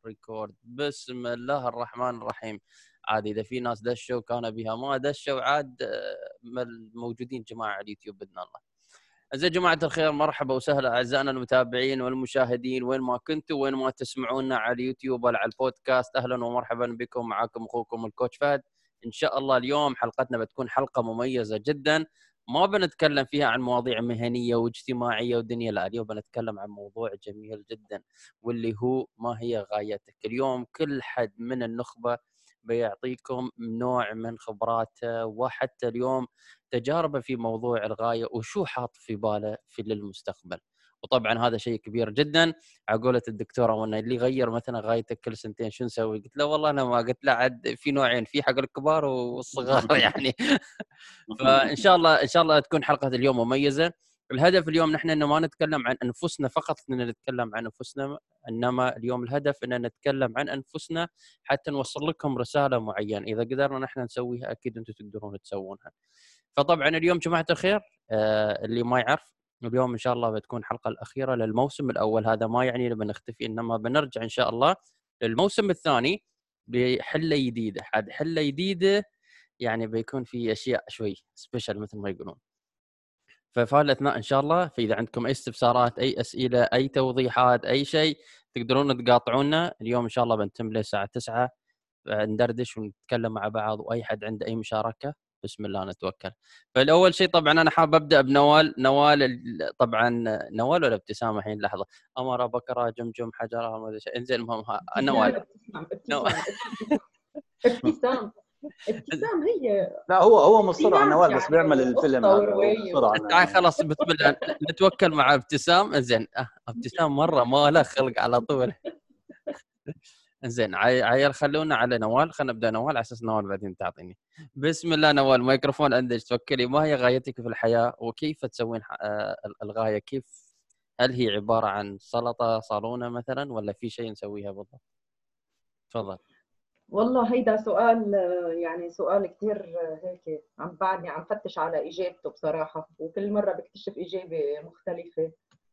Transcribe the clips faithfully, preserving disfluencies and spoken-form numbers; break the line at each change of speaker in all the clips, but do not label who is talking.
ريكورد. بسم الله الرحمن الرحيم. عاد اذا في ناس دشوا كان بها، ما دشوا عاد موجودين جماعه على اليوتيوب باذن الله. زين جماعه الخير، مرحبا وسهلا اعزائنا المتابعين والمشاهدين وين ما كنتوا، وين ما تسمعونا على اليوتيوب ولا على البودكاست. اهلا ومرحبا بكم، معاكم اخوكم الكوتش فهد. ان شاء الله اليوم حلقتنا بتكون حلقه مميزه جدا، ما بنتكلم فيها عن مواضيع مهنيه واجتماعيه ودنيا، لا اليوم بنتكلم عن موضوع جميل جدا واللي هو ما هي غايتك. اليوم كل حد من النخبه بيعطيكم نوع من خبراته وحتى اليوم تجاربه في موضوع الغايه وشو حاط في باله في للمستقبل. وطبعا هذا شيء كبير جدا. عقولة الدكتوره وانا اللي يغير مثلا غايتك كل سنتين شو نسوي؟ قلت له والله انا ما قلت له عاد في نوعين، في حق الكبار والصغار يعني. فان شاء الله ان شاء الله تكون حلقه اليوم مميزه. الهدف اليوم نحن انه ما نتكلم عن انفسنا فقط، ان نتكلم عن انفسنا، انما اليوم الهدف ان نتكلم عن انفسنا حتى نوصل لكم رساله معينه. اذا قدرنا نحن نسويها اكيد انتم تقدرون تسوونها. فطبعا اليوم جماعه الخير آه اللي ما يعرف، اليوم ان شاء الله بتكون الحلقه الاخيره للموسم الاول. هذا ما يعني بنختفي، انما بنرجع ان شاء الله للموسم الثاني بحله جديده. حد حله جديده يعني بيكون في اشياء شوي سبيشال مثل ما يقولون. ففي الاثناء ان شاء الله، فاذا عندكم اي استفسارات، اي اسئله، اي توضيحات، اي شيء تقدرون تقاطعونا. اليوم ان شاء الله بنتم له الساعه تسعة ندردش ونتكلم مع بعض، واي حد عنده اي مشاركه بسم الله نتوكل. فالاول شيء طبعا انا حابب ابدا بنوال. نوال طبعا نوال ولا ابتسام الحين لحظه؟ امر بكره جمجم حجره ما ادري شيء. انزين المهم نوال.
ابتسام ابتسام ابتسام هي.
لا هو هو مصر على نوال بس بيعمل الفيلم هذا.
تعال خلاص بسم الله نتوكل مع ابتسام. انزين أه ابتسام مره ما له خلق على طول. انزين عيال خلونا على نوال، خلينا نبدا نوال على اساس نوال بعدين تعطيني. بسم الله نوال، ميكروفون عندك، توكلي. ما هي غايتك في الحياه وكيف تسوين الغايه؟ كيف، هل هي عباره عن سلطه صالونه مثلا ولا في شيء نسويها بالضبط؟ تفضل.
والله هيدا سؤال يعني سؤال كتير هيك عم بعدني عم فتش على اجابته بصراحه، وكل مره بكتشف اجابه مختلفه.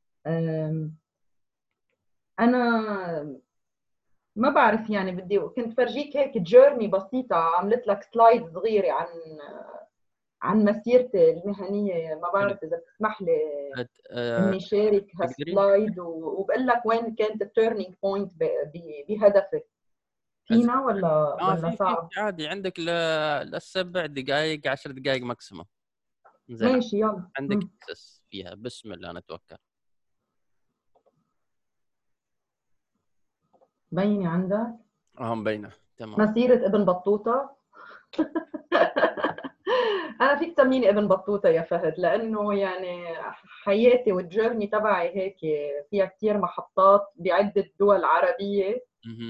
انا ما بعرف يعني، بدي كنت فرجيك هيك جيرني بسيطه، عملت لك سلايد صغيره عن عن مسيرتي المهنيه. ما بعرف اذا بتسمح لي اني شارك هالسلايد وبقول لك وين كانت التيرنينج بوينت بهدفي. فينا ولا
آه
ولا
في
صعب؟
في عادي عندك للسبع دقائق عشر دقائق ماكسيموم.
ماشي يلا.
عندك اساس فيها. بسم الله نتوكل.
بيني عندك؟
اه مبينه تمام.
مسيرة ابن بطوطة. أنا فيك تسميني ابن بطوطة يا فهد، لأنه يعني حياتي والجيرني تبعي هيك فيها كتير محطات بعدة دول عربية.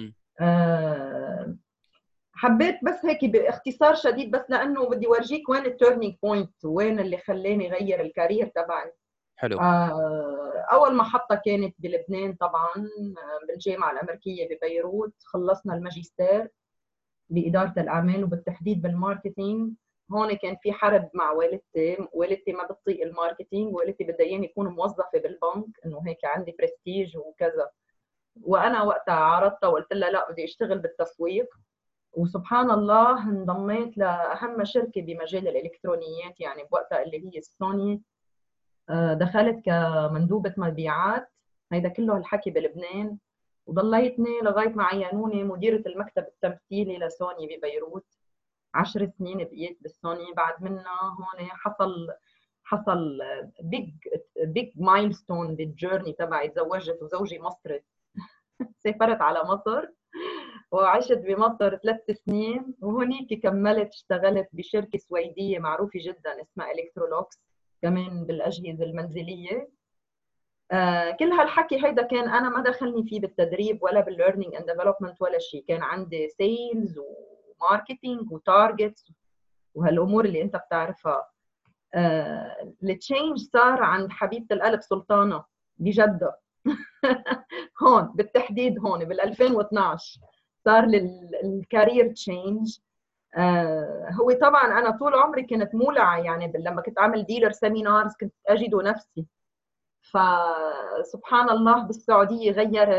أه حبيت بس هيك باختصار شديد، بس لأنه بدي ورجيك وين التيرنينج بوينت، وين اللي خلاني غير الكارير تبعي.
حلو.
أه أول محطة كانت بلبنان طبعا، بالجامعة الأمريكية ببيروت. خلصنا الماجستير بإدارة الأعمال وبالتحديد بالماركتينج. هون كان في حرب مع والدتي، والدتي ما بتطيق الماركتينج، والدتي بدها اياني اكون موظفة بالبنك، انه هيك عندي برستيج وكذا. وانا وقتها عارضتها وقلت لها لا بدي اشتغل بالتسويق. وسبحان الله انضميت لأهم شركة بمجال الإلكترونيات يعني بوقتها اللي هي سوني. دخلت كمندوبة مبيعات، هيدا كله الحكي بلبنان. وضليتني لغاية ما عينوني مديرة المكتب التمثيلي لسوني ببيروت. عشر سنين بقيت بالسوني. بعد منها هون حصل حصل بيج بيج مايلستون بالجيرني تبعي. تزوجت وزوجي مصري. سافرت على مصر وعشت بمصر ثلاث سنين، وهنيك كملت اشتغلت بشركة سويدية معروفة جدا اسمها إلكترولوكس، كمان بالأجهزة المنزلية. آه كل هالحكي هيدا كان أنا ما دخلني فيه بالتدريب ولا بالليرنينج اند ديفلوبمنت ولا شيء. كان عندي سيلز وماركتينج وتارجتس وهالأمور اللي أنت بتعرفها. آه التشينج صار عند حبيبة القلب سلطانة بجدة. هون بالتحديد هون بال ألفين واثنعش صار للكارير تشينج. آه هو طبعا انا طول عمري كنت مولعه يعني، لما كنت اعمل ديلر سيمينارز كنت اجد نفسي. فسبحان الله بالسعوديه غيرت.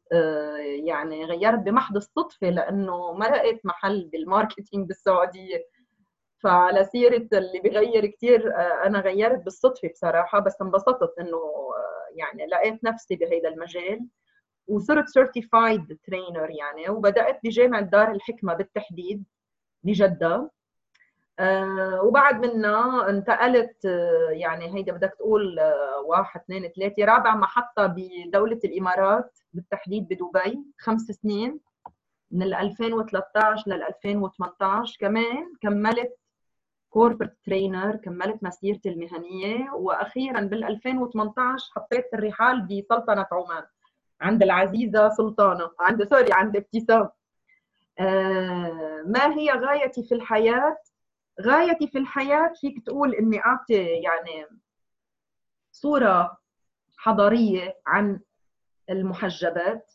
يعني غيرت بمحض الصدفة لأنه ما لقيت محل بالماركتينج بالسعودية. فعلى سيرة اللي بيغير كتير، أنا غيرت بالصدفة بصراحة، بس انبسطت إنه يعني لقيت نفسي بهيدا المجال وصرت certified trainer يعني، وبدأت بجامعة دار الحكمة بالتحديد بجدة. آه وبعد منها انتقلت، آه يعني هيدا بدك تقول آه واحد اثنين ثلاثة رابع محطة بدولة الإمارات بالتحديد بدبي، خمس سنين من ألفين وثلاثة عشر لل ألفين وثمانية عشر. كمان كملت كوربريت ترينر، كملت مسيرتي المهنية، وأخيرا بال ألفين وثمانية عشر حطيت الرحال بسلطنة عمان عند العزيزة سلطانة، عند سوري عند ابتسام. آه ما هي غايتي في الحياة؟ غايتي في الحياة فيك تقول إني أعطي يعني صورة حضارية عن المحجبات،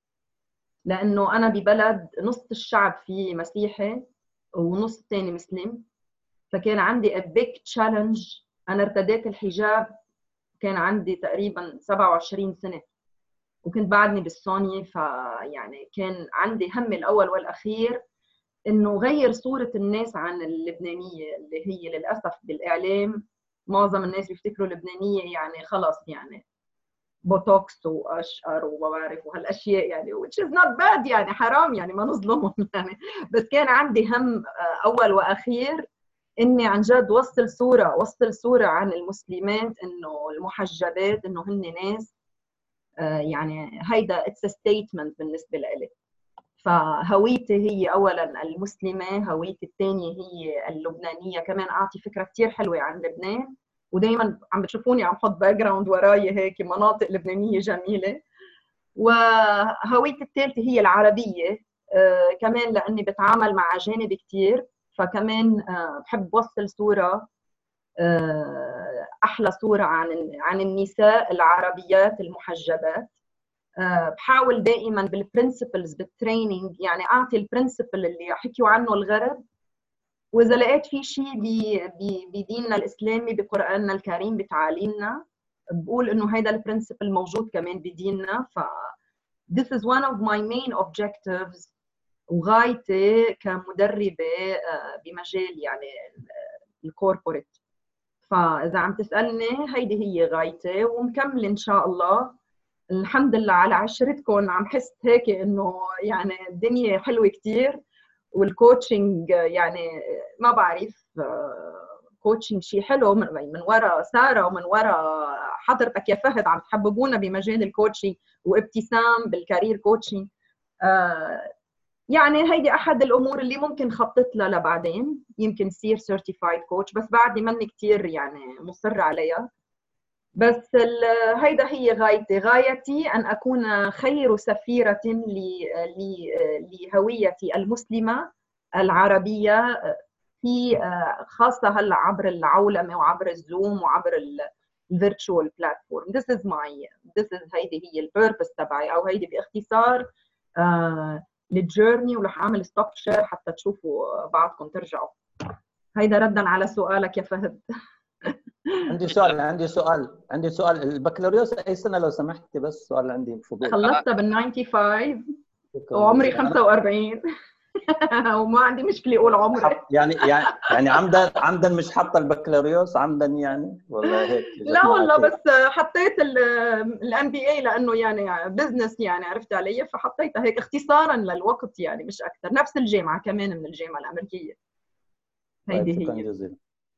لأنه أنا ببلد نص الشعب فيه مسيحي ونص الثاني مسلم، فكان عندي a big challenge. أنا ارتديت الحجاب كان عندي تقريبا سبعة وعشرين سنة وكنت بعدني بالصونية، فيعني كان عندي هم الأول والأخير إنه غير صورة الناس عن اللبنانية اللي هي للأسف بالإعلام معظم الناس بيفتكروا اللبنانية يعني خلص يعني بوتوكس وأشقر وما بعرف وهالأشياء يعني which is not bad يعني حرام يعني ما نظلمهم يعني. بس كان عندي هم أول وأخير إني عن جد وصل صورة وصل صورة عن المسلمات إنه المحجبات إنه هن ناس يعني هيدا it's a statement بالنسبة لي. فهويتي هي أولاً المسلمة، هويتي الثانية هي اللبنانية. كمان أعطي فكرة كتير حلوة عن لبنان، ودايماً عم بتشوفوني عم حط باك جراوند وراي هيك مناطق لبنانية جميلة. وهويتي الثالثة هي العربية، آه كمان لأني بتعامل مع أجانب كتير، فكمان آه بحب وصل صورة آه أحلى صورة عن عن النساء العربيات المحجبات. أه بحاول دائما بالبرنسبلز بالتريننج يعني اعطي البرنسبل اللي حكيوا عنه الغرب، واذا لقيت في شيء بديننا الاسلامي بقراننا الكريم بتعاليمنا بقول انه هذا البرنسبل موجود كمان بديننا. ف this is one of my main objectives وغايتي كمدربه بمجال يعني الكوربوريت. فاذا عم تسالني هيدي هي غايتي ومكمله ان شاء الله. الحمد لله على عشرتكم، عم حس هيك انه يعني الدنيا حلوه كتير، والكوتشنج يعني ما بعرف كوتشنج شيء حلو من من وراء ساره ومن وراء حضرتك يا فهد عم تحببونا بمجال الكوتشنج، وابتسام بالكارير كوتشنج. يعني هيدي احد الامور اللي ممكن خطط لها لبعدين، يمكن صير سيرتيفايد كوتش، بس بعدني ماني كثير يعني مصر عليها. بس هيدا هي غايتي. غايتي أن أكون خير سفيرة لهويتي المسلمة العربية، في خاصة هلا عبر العولمة وعبر الزوم وعبر الفيرتشوال بلاتفورم. This is my this is هيدي هي البيربس تبعي، أو هيدي باختصار الجيرني. ورح أعمل ستوب شير حتى تشوفوا بعضكم ترجعوا. هيدا ردا على سؤالك يا فهد.
عندي سؤال عندي سؤال عندي سؤال البكالوريوس اي سنه لو سمحتي؟ بس سؤال عندي فضول.
خلصتها بال خمسة وتسعين وعمري خمسة وأربعين وما عندي مشكله اقول عمري.
يعني يعني يعني عمدا عمدا مش حاطه البكالوريوس عمدا يعني ولا هيك؟
لا والله بس حطيت الام بي اي لانه يعني بزنس يعني عرفت علي، فحطيتها هيك اختصارا للوقت يعني مش اكثر. نفس الجامعه كمان من الجامعه الامريكيه. هيدي هي.
جزيلا.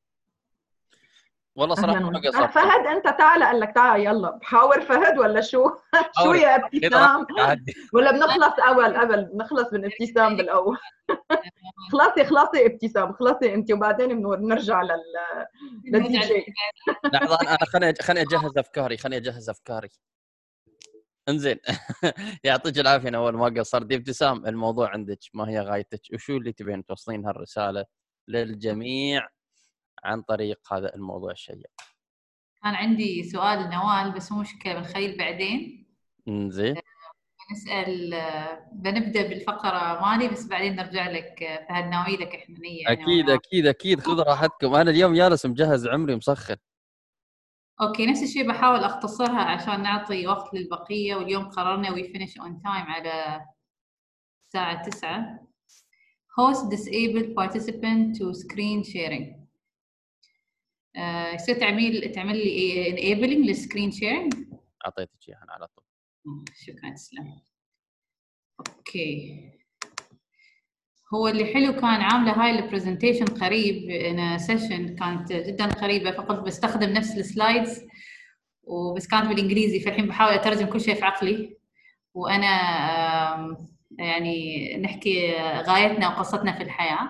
والله صراحه ما
قصرت. فهد انت تعال، قال لك تعال يلا بحاور فهد ولا شو؟ شو يا ابتسام؟ ولا بنخلص اول قبل بنخلص من ابتسام بالاول؟ خلاصي خلاصي ابتسام خلاصي انت، وبعدين بنرجع لل للدي جي.
لحظه انا خليني خليني اجهز افكاري خليني اجهز افكاري انزين. يعطيك العافيه نوال، ما قصرت. ابتسام، الموضوع عندك، ما هي غايتك وشو اللي تبين توصلين هالرساله للجميع عن طريق هذا الموضوع الشيق؟
كان عندي سؤال لنوال بس مو مشكلة بنخليه بعدين.
زين.
بنسأل بنبدأ بالفقرة مالي بس بعدين نرجع لك فهد ناوي لك احنا نية.
أكيد أكيد أكيد خذ راحتكم. أنا اليوم جالس مجهز عمري مسخن.
اوكي نفس الشيء بحاول اختصرها عشان نعطي وقت للبقيه، واليوم قررنا وي فينيش اون تايم على الساعه تسعة. host disabled participant to screen sharing. آه، يصير تعمل تعمل لي enabling للسكرين شيرنج.
اعطيتك اياها على طول.
شكرا تسلم. اوكي هو اللي حلو كان عامله هاي البرزنتيشن قريب، انا سيشن كانت جدا قريبه، فقط بستخدم نفس السلايدز وبس كانت بالانجليزي، فالحين بحاول اترجم كل شيء في عقلي، وانا يعني نحكي غايتنا وقصتنا في الحياه.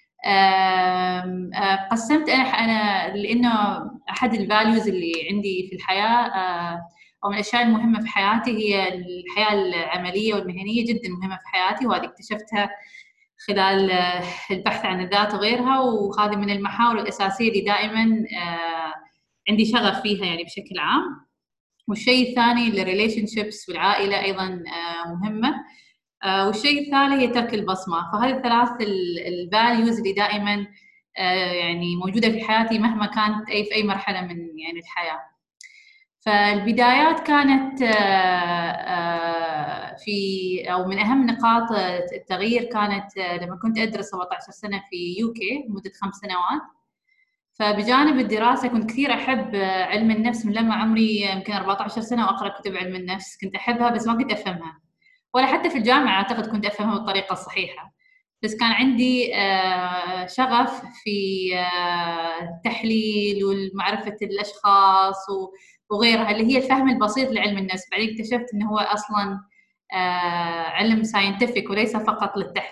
قسمت انا انا لانه احد الفاليوز اللي عندي في الحياه او من الاشياء المهمه في حياتي هي الحياه العمليه والمهنيه، جدا مهمه في حياتي، وهذه اكتشفتها خلال البحث عن الذات وغيرها، وهذه من المحاور الاساسيه اللي دائما عندي شغف فيها يعني بشكل عام. والشيء الثاني الريليشن شيبس والعائله ايضا مهمه. آه والشيء الثالث هي ترك البصمه. فهذه الثلاث الفاليوز اللي دائما آه يعني موجوده في حياتي مهما كانت اي في اي مرحله من يعني الحياه. فالبدايات كانت آه آه في او من اهم نقاط التغيير كانت آه لما كنت ادرس سبعة عشر سنه في يوكي لمده خمس سنوات. فبجانب الدراسه كنت كثير احب علم النفس من لما عمري يمكن أربعة عشر سنه، واقرا كتب علم النفس، كنت احبها بس ما كنت افهمها، ولا حتى في الجامعة أعتقد كنت أفهمها بالطريقة الصحيحة، بس كان عندي شغف في التحليل والمعرفة الأشخاص وغيرها اللي هي الفهم البسيط لعلم النفس. بعدين اكتشفت إنه هو أصلاً علم ساينتفك وليس فقط للتحليل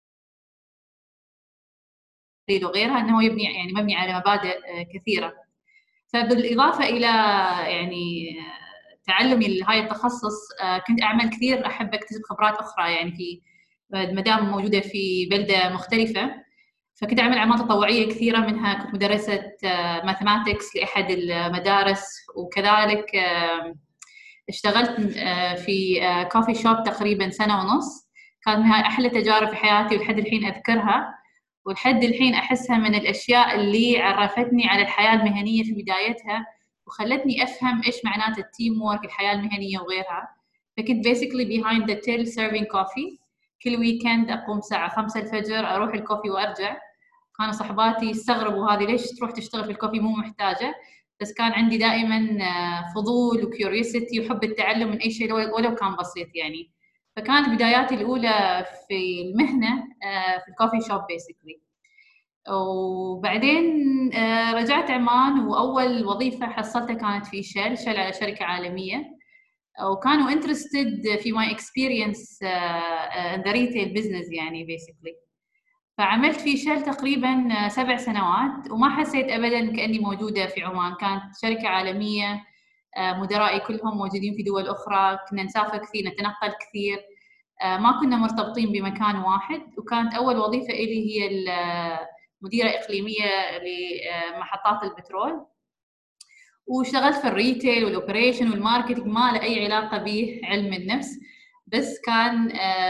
وغيرها، إنه يبني يعني مبني على مبادئ كثيرة. فبالإضافة إلى يعني تعلمي لهاي التخصص كنت أعمل كثير أحب أكتسب خبرات أخرى، يعني في مدام موجودة في بلدة مختلفة، فكنت أعمل أعمال تطوعية كثيرة، منها كنت مدرسة ماثماتكس لأحد المدارس، وكذلك اشتغلت في كوفي شوب تقريبا سنة ونص، كانت منها أحلى تجارب في حياتي ولحد الحين أذكرها، ولحد الحين أحسها من الأشياء اللي عرفتني على الحياة المهنية في بدايتها، وخلتني أفهم إيش معنات التيم وورك، الحياة المهنية وغيرها. فكنت basically behind the till serving coffee. كل ويكند أقوم الساعة خمسة الفجر أروح الكوفي وأرجع. كانوا صحباتي يستغربوا هذه ليش تروح تشتغل في الكوفي مو محتاجة، بس كان عندي دائما فضول وكيوريوسيتي وحب التعلم من أي شيء ولو كان بسيط يعني. فكانت بداياتي الأولى في المهنة في الكوفي شوب basically. وبعدين رجعت عمان، وأول وظيفة حصلتها كانت في شيل شيل على شركة عالمية، وكانوا interested في my experience in the retail business يعني basically. فعملت في شيل تقريبا سبع سنوات وما حسيت أبدا كأني موجودة في عمان. كانت شركة عالمية، مدرائي كلهم موجودين في دول أخرى، كنا نسافر كثير، نتنقل كثير، ما كنا مرتبطين بمكان واحد. وكانت أول وظيفة إلي هي مديرة إقليمية لمحطات البترول، واشتغلت في الريتيل والأوبريشن والماركتينج، ما له أي علاقة به علم النفس، بس كان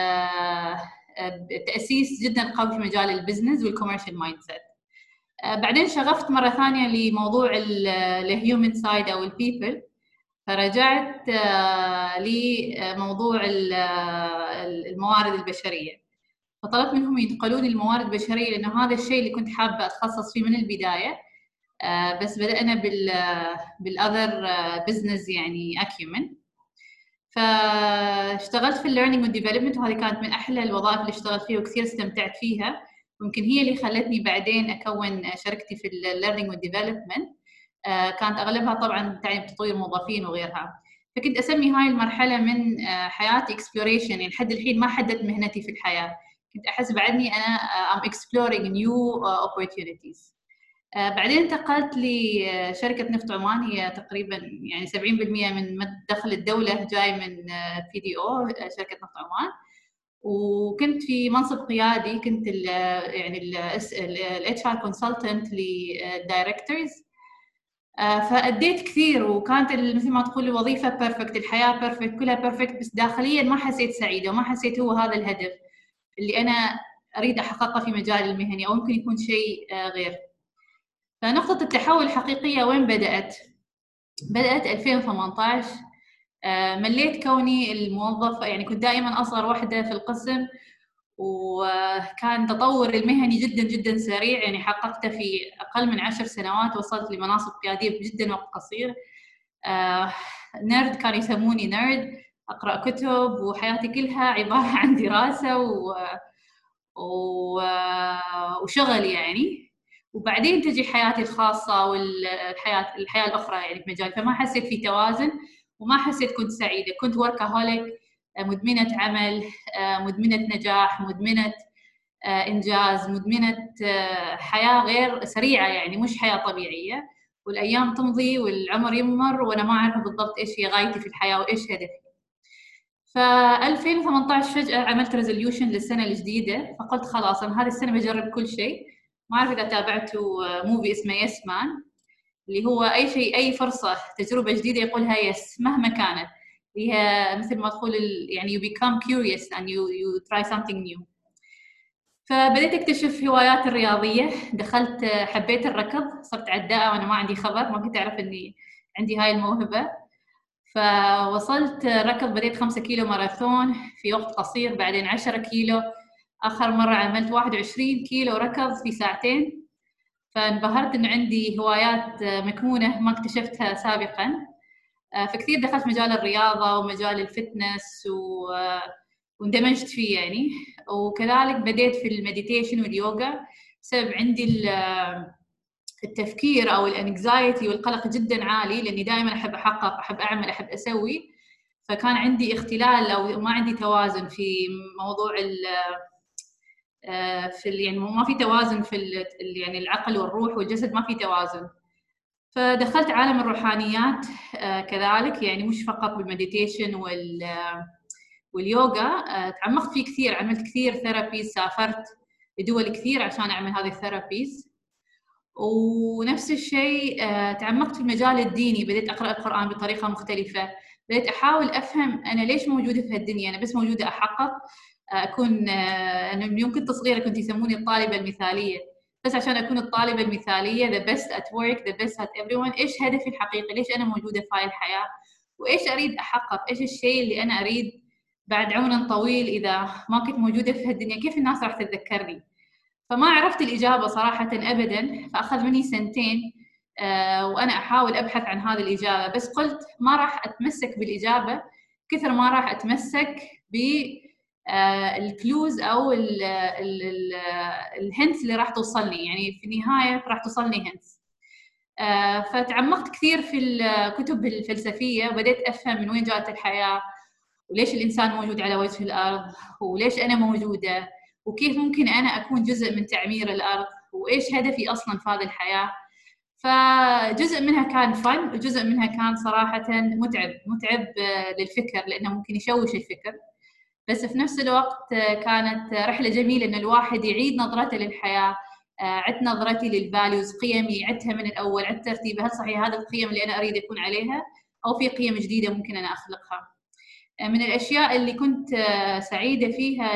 تأسيس جدا قوي في مجال البزنس والكوميرشال مايند سيت. بعدين شغفت مرة ثانية لموضوع الهيومن سايد أو البيبل، فرجعت لموضوع الموارد البشرية، فطلبت منهم ينقلوني الموارد البشرية لأنه هذا الشيء اللي كنت حابة أتخصص فيه من البداية. بس بدأنا بال بالأذر بزنس يعني أكيومن. فاشتغلت في الليرنينج والديفلوبمنت، وهذه كانت من أحلى الوظائف اللي اشتغلت فيها وكثير استمتعت فيها، ويمكن هي اللي خلتني بعدين أكون شركتي في الليرنينج والديفلوبمنت. كانت أغلبها طبعاً تعني بتطوير موظفين وغيرها. فكنت أسمي هاي المرحلة من حياتي exploration، يعني لحد الحين ما حددت مهنتي في الحياة، كنت أحس بعدني أنا I'm exploring new opportunities. بعدين انتقلت لشركة نفط عمان، هي تقريبا يعني سبعين بالمئة من دخل الدولة جاي من بي دي او شركة نفط عمان، وكنت في منصب قيادي، كنت ال يعني ال اتش ار consultant للدايركتورز. فأديت كثير، وكانت مثل ما تقول الوظيفة بيرفكت، الحياة بيرفكت، كلها بيرفكت، بس داخليا ما حسيت سعيدة وما حسيت هو هذا الهدف اللي أنا أريد أحققه في مجال المهني، أو يمكن يكون شيء غير. فنقطة التحول الحقيقية وين بدأت؟ بدأت ألفين وثمانية عشر. مليت كوني الموظفة، يعني كنت دائما أصغر واحدة في القسم، وكان تطور المهني جدا جدا سريع، يعني حققته في أقل من عشر سنوات، وصلت لمناصب قيادية بجدا وقت قصير. نيرد كانوا يسموني نيرد، أقرأ كتب وحياتي كلها عبارة عن دراسة و... و... وشغل يعني. وبعدين تجي حياتي الخاصة والحياة الحياة الأخرى يعني في مجالي، فما حسيت في توازن وما حسيت كنت سعيدة. كنت وركهوليك، مدمنة عمل، مدمنة نجاح، مدمنة إنجاز، مدمنة حياة غير سريعة، يعني مش حياة طبيعية. والأيام تمضي والعمر يمر وأنا ما أعرف بالضبط إيش هي غايتي في الحياة وإيش هدفي. ف ألفين وثمانية عشر فجأة عملت ريزوليوشن للسنة الجديدة، فقلت خلاص أنا هذه السنة بجرب كل شيء. ما أعرف إذا تابعتوا موفي اسمه يس مان، اللي هو أي شيء، أي فرصة تجربة جديدة يقولها يس مهما كانت. هي مثل ما تقول يعني you become curious and you you try something new. فبديت أكتشف هوايات الرياضية، دخلت حبيت الركض، صرت عداءة وأنا ما عندي خبر، ما كنت أعرف إني عندي هاي الموهبة. فوصلت ركض، بديت خمسة كيلو ماراثون في وقت قصير، بعدين عشرة كيلو، آخر مرة عملت واحد وعشرين كيلو ركض في ساعتين. فانبهرت إنه عندي هوايات مكمونة ما اكتشفتها سابقاً. فكثير دخلت مجال الرياضة ومجال الفتنس و... واندمجت فيه يعني. وكذلك بديت في المديتيشن واليوغا بسبب عندي التفكير أو الانكزايتي والقلق جدا عالي، لأني دائما أحب أحقق، أحب أعمل، أحب أسوي. فكان عندي اختلال أو ما عندي توازن في موضوع ال في يعني ما في توازن في يعني العقل والروح والجسد، ما في توازن. فدخلت عالم الروحانيات كذلك، يعني مش فقط بالمديتيشن وال واليوغا، تعمقت فيه كثير، عملت كثير ثيرابيز، سافرت لدول كثير عشان أعمل هذه الثيرابيز. ونفس الشيء تعمقت في المجال الديني، بديت أقرأ القرآن بطريقة مختلفة، بديت أحاول أفهم أنا ليش موجودة في هالدنيا. أنا بس موجودة أحقق، أكون أنا من يوم كنت صغيرة كنت يسموني الطالبة المثالية، بس عشان أكون الطالبة المثالية the best at work the best at everyone. إيش هدفي الحقيقي؟ ليش أنا موجودة في هاي الحياة؟ وإيش أريد أحقق؟ إيش الشيء اللي أنا أريد بعد عمر طويل إذا ما كنت موجودة في هالدنيا كيف الناس راح تتذكرني؟ فما عرفت الإجابة صراحة أبداً. فأخذ مني سنتين آه وأنا أحاول أبحث عن هذه الإجابة، بس قلت ما راح أتمسك بالإجابة كثر ما راح أتمسك بالكلوز أو الهنتس اللي راح توصلني، يعني في النهاية راح توصلني هنتس. آه فتعمقت كثير في الكتب الفلسفية، وبديت أفهم من وين جاءت الحياة، وليش الإنسان موجود على وجه الأرض، وليش أنا موجودة، وكيف ممكن أنا أكون جزء من تعمير الأرض، وإيش هدفي أصلاً في هذه الحياة. فجزء منها كان فن، وجزء منها كان صراحة متعب متعب للفكر، لأنه ممكن يشوش الفكر. بس في نفس الوقت كانت رحلة جميلة إن الواحد يعيد نظرته للحياة، عدت نظرتي للفاليوز، قيمي عدتها من الأول، عدت ترتيبها، هل صحيح هذه القيم اللي أنا أريد أكون عليها أو في قيم جديدة ممكن أنا أخلقها. من الأشياء اللي كنت سعيدة فيها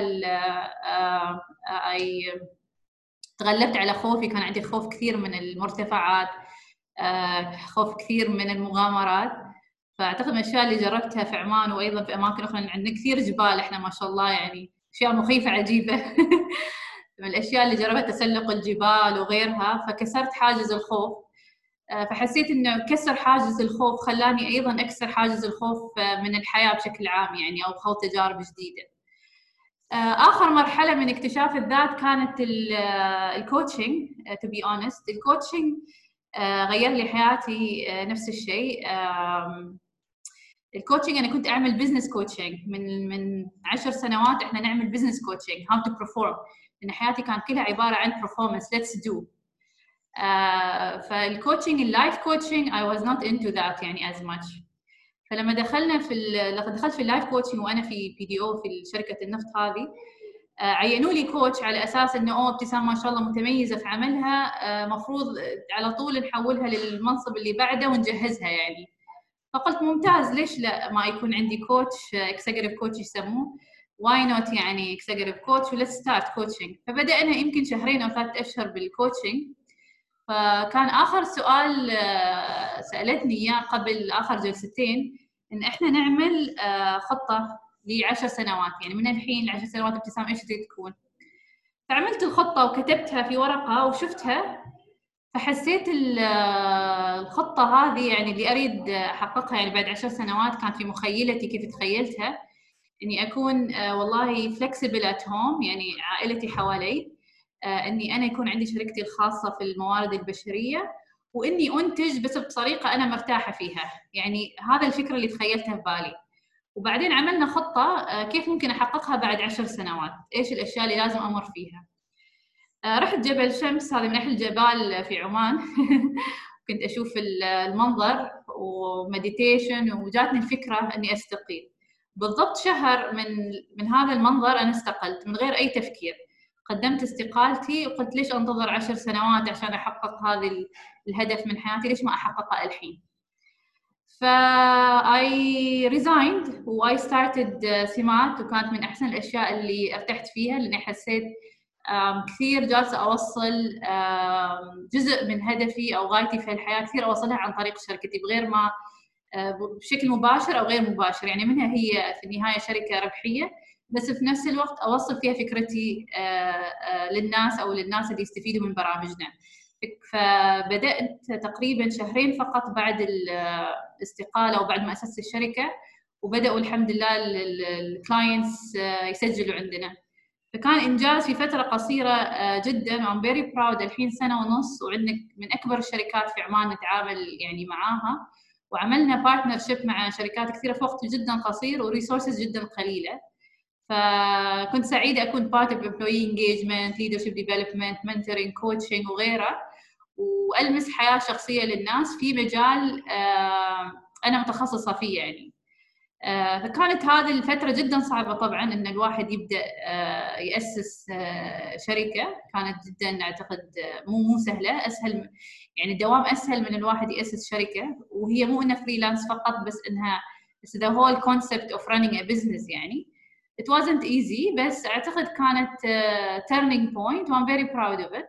أي تغلبت على خوفي. كان عندي خوف كثير من المرتفعات، خوف كثير من المغامرات. فأعتقد من الأشياء اللي جربتها في عمان وأيضا في أماكن أخرى، عندنا كثير جبال إحنا ما شاء الله، يعني أشياء مخيفة عجيبة. من الأشياء اللي جربت تسلق الجبال وغيرها، فكسرت حاجز الخوف. فحسيت إنه كسر حاجز الخوف خلاني أيضاً أكسر حاجز الخوف من الحياة بشكل عام، يعني أو خوف تجارب جديدة. آخر مرحلة من اكتشاف الذات كانت الكوتشنج. to be honest الكوتشنج غير لي حياتي. نفس الشيء الكوتشنج، أنا كنت أعمل بزنس كوتشنج من من عشر سنوات. إحنا نعمل بزنس كوتشنج how to perform، لأن حياتي كانت كلها عبارة عن performance let's do. Uh, فالكوتشنج اللايف كوتشنج I was not into that يعني as much. فلما دخلنا في لقد دخلت في اللايف كوتشنج وأنا في بي دي أو في شركة النفط هذه، uh, عينوا لي كوتش على أساس إنه أوه ابتسام ما شاء الله متميزة في عملها، uh, مفروض على طول نحولها للمنصب اللي بعده ونجهزها يعني. فقلت ممتاز، ليش لا ما يكون عندي كوتش اكسكتيف كوتش يسموه، واي نوت يعني اكسكتيف كوتش وليتس ستارت كوتشنج. فبدأنا يمكن شهرين أو ثلاثة أشهر بالكوتشنج. فكان آخر سؤال سألتني إياه قبل آخر جلستين إن إحنا نعمل خطة لعشر سنوات، يعني من الحين لعشر سنوات ابتسام إيش تريد تكون. فعملت الخطة وكتبتها في ورقة وشفتها، فحسيت الخطة هذه يعني اللي أريد أحققها يعني بعد عشر سنوات كانت في مخيلتي كيف تخيلتها، إني أكون والله flexible at home، يعني عائلتي حوالي، إني أنا يكون عندي شركتي الخاصة في الموارد البشرية، وإني أنتج بس بطريقة أنا مرتاحة فيها. يعني هذا الفكرة اللي تخيلتها في بالي. وبعدين عملنا خطة كيف ممكن أحققها بعد عشر سنوات، إيش الأشياء اللي لازم أمر فيها. رحت جبل شمس، هذا من أحلى الجبال في عمان. كنت أشوف المنظر ومديتيشن، وجاتني الفكرة أني أستقيل. بالضبط شهر من من هذا المنظر أنا استقلت من غير أي تفكير. قدمت استقالتي وقلت ليش أنتظر عشر سنوات عشان أحقق هذا الهدف من حياتي، ليش ما أحققه الحين. ف I resigned و I started سمات، وكانت من أحسن الأشياء اللي ارتحت فيها، لأني حسيت كثير جالسة أوصل جزء من هدفي أو غايتي في الحياة، كثير أوصلها عن طريق شركتي بغير ما بشكل مباشر أو غير مباشر. يعني منها هي في النهاية شركة ربحية، بس في نفس الوقت أوصل فيها فكرتي للناس أو للناس اللي يستفيدوا من برامجنا. فبدأت تقريبا شهرين فقط بعد الاستقالة وبعد ما أسست الشركة، وبدأوا الحمد لله الكلاينتس يسجلوا عندنا. فكان إنجاز في فترة قصيرة جداً. I'm very proud. الحين سنة ونص وعندنا من أكبر الشركات في عمان نتعامل يعني معاها، وعملنا بارتنرشيب مع شركات كثيرة في وقت جداً قصير وريسورسز جداً قليلة. فكنت سعيدة أكون part of employee engagement, leadership development, mentoring, coaching وغيرها، وألمس حياة شخصية للناس في مجال أنا متخصصة فيه يعني. فكانت هذه الفترة جداً صعبة طبعاً، إن الواحد يبدأ يأسس شركة. كانت جداً أعتقد مو مو سهلة، أسهل يعني الدوام أسهل من الواحد يأسس شركة، وهي مو إنها فريلانس فقط، بس إنها it's the whole concept of running a business يعني. It wasn't easy، بس أعتقد كانت turning point and I'm very proud of it.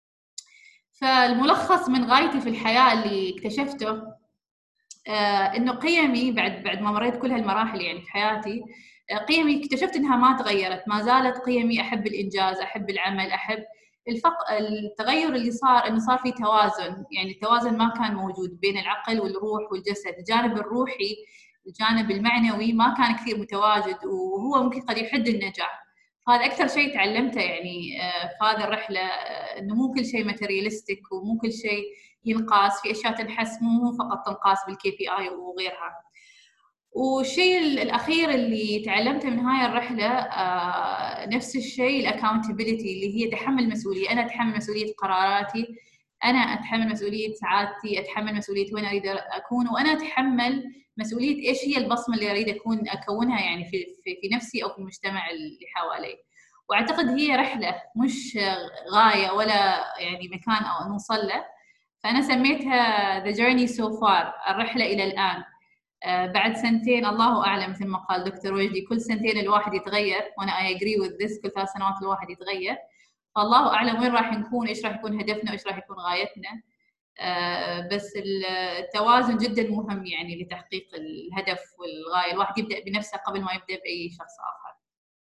فالملخص من غايتي في الحياة اللي اكتشفته آه إنه قيمي بعد بعد ما مريت كل هالمراحل يعني في حياتي، آه قيمي اكتشفت إنها ما تغيرت، ما زالت قيمي. أحب الإنجاز، أحب العمل، أحب الفق... التغير اللي صار إنه صار في توازن. يعني التوازن ما كان موجود بين العقل والروح والجسد. الجانب الروحي الجانب المعنوي ما كان كثير متواجد، وهو ممكن قد يحد النجاح. هذا أكثر شيء تعلمته يعني آه في هذه الرحلة، آه إنه مو كل شيء ماتيرياليستيك، ومو كل شيء ينقاس، في أشياء تنحس، مو فقط تنقاس بالكي بي آي وغيرها. والشيء الأخير اللي تعلمته من هاي الرحلة آه نفس الشيء الأكاونتابيلتي، اللي هي تحمل مسؤولية. أنا أتحمل مسؤولية قراراتي، أنا أتحمل مسؤولية سعادتي، أتحمل مسؤولية وين أريد أكون، وأنا أتحمل مسؤولية إيش هي البصمة اللي أريد أكون أكونها يعني في, في, في نفسي أو في المجتمع اللي حوالي. وأعتقد هي رحلة مش غاية ولا يعني مكان أو نوصل له. فأنا سميتها The Journey So Far، الرحلة إلى الآن. آه بعد سنتين الله أعلم، مثل ما قال دكتور وجدي، كل سنتين الواحد يتغير، وأنا I agree with this، كل ثلاث سنوات الواحد يتغير. فالله أعلم وين راح نكون، إيش راح يكون هدفنا، وإيش راح يكون غايتنا. آه بس التوازن جدا مهم يعني لتحقيق الهدف والغاية. الواحد يبدأ بنفسه قبل ما يبدأ بأي شخص آخر.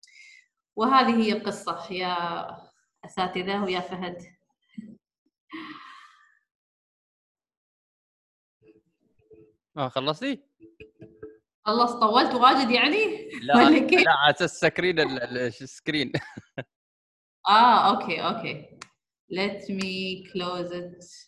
وهذه هي القصة يا أساتذة ويا فهد.
اه خلصتي؟
خلص. طولت واجد يعني؟
لا
ولا كيف؟
لا على اساس سكرين السكرين.
اه اوكي اوكي. let me close it.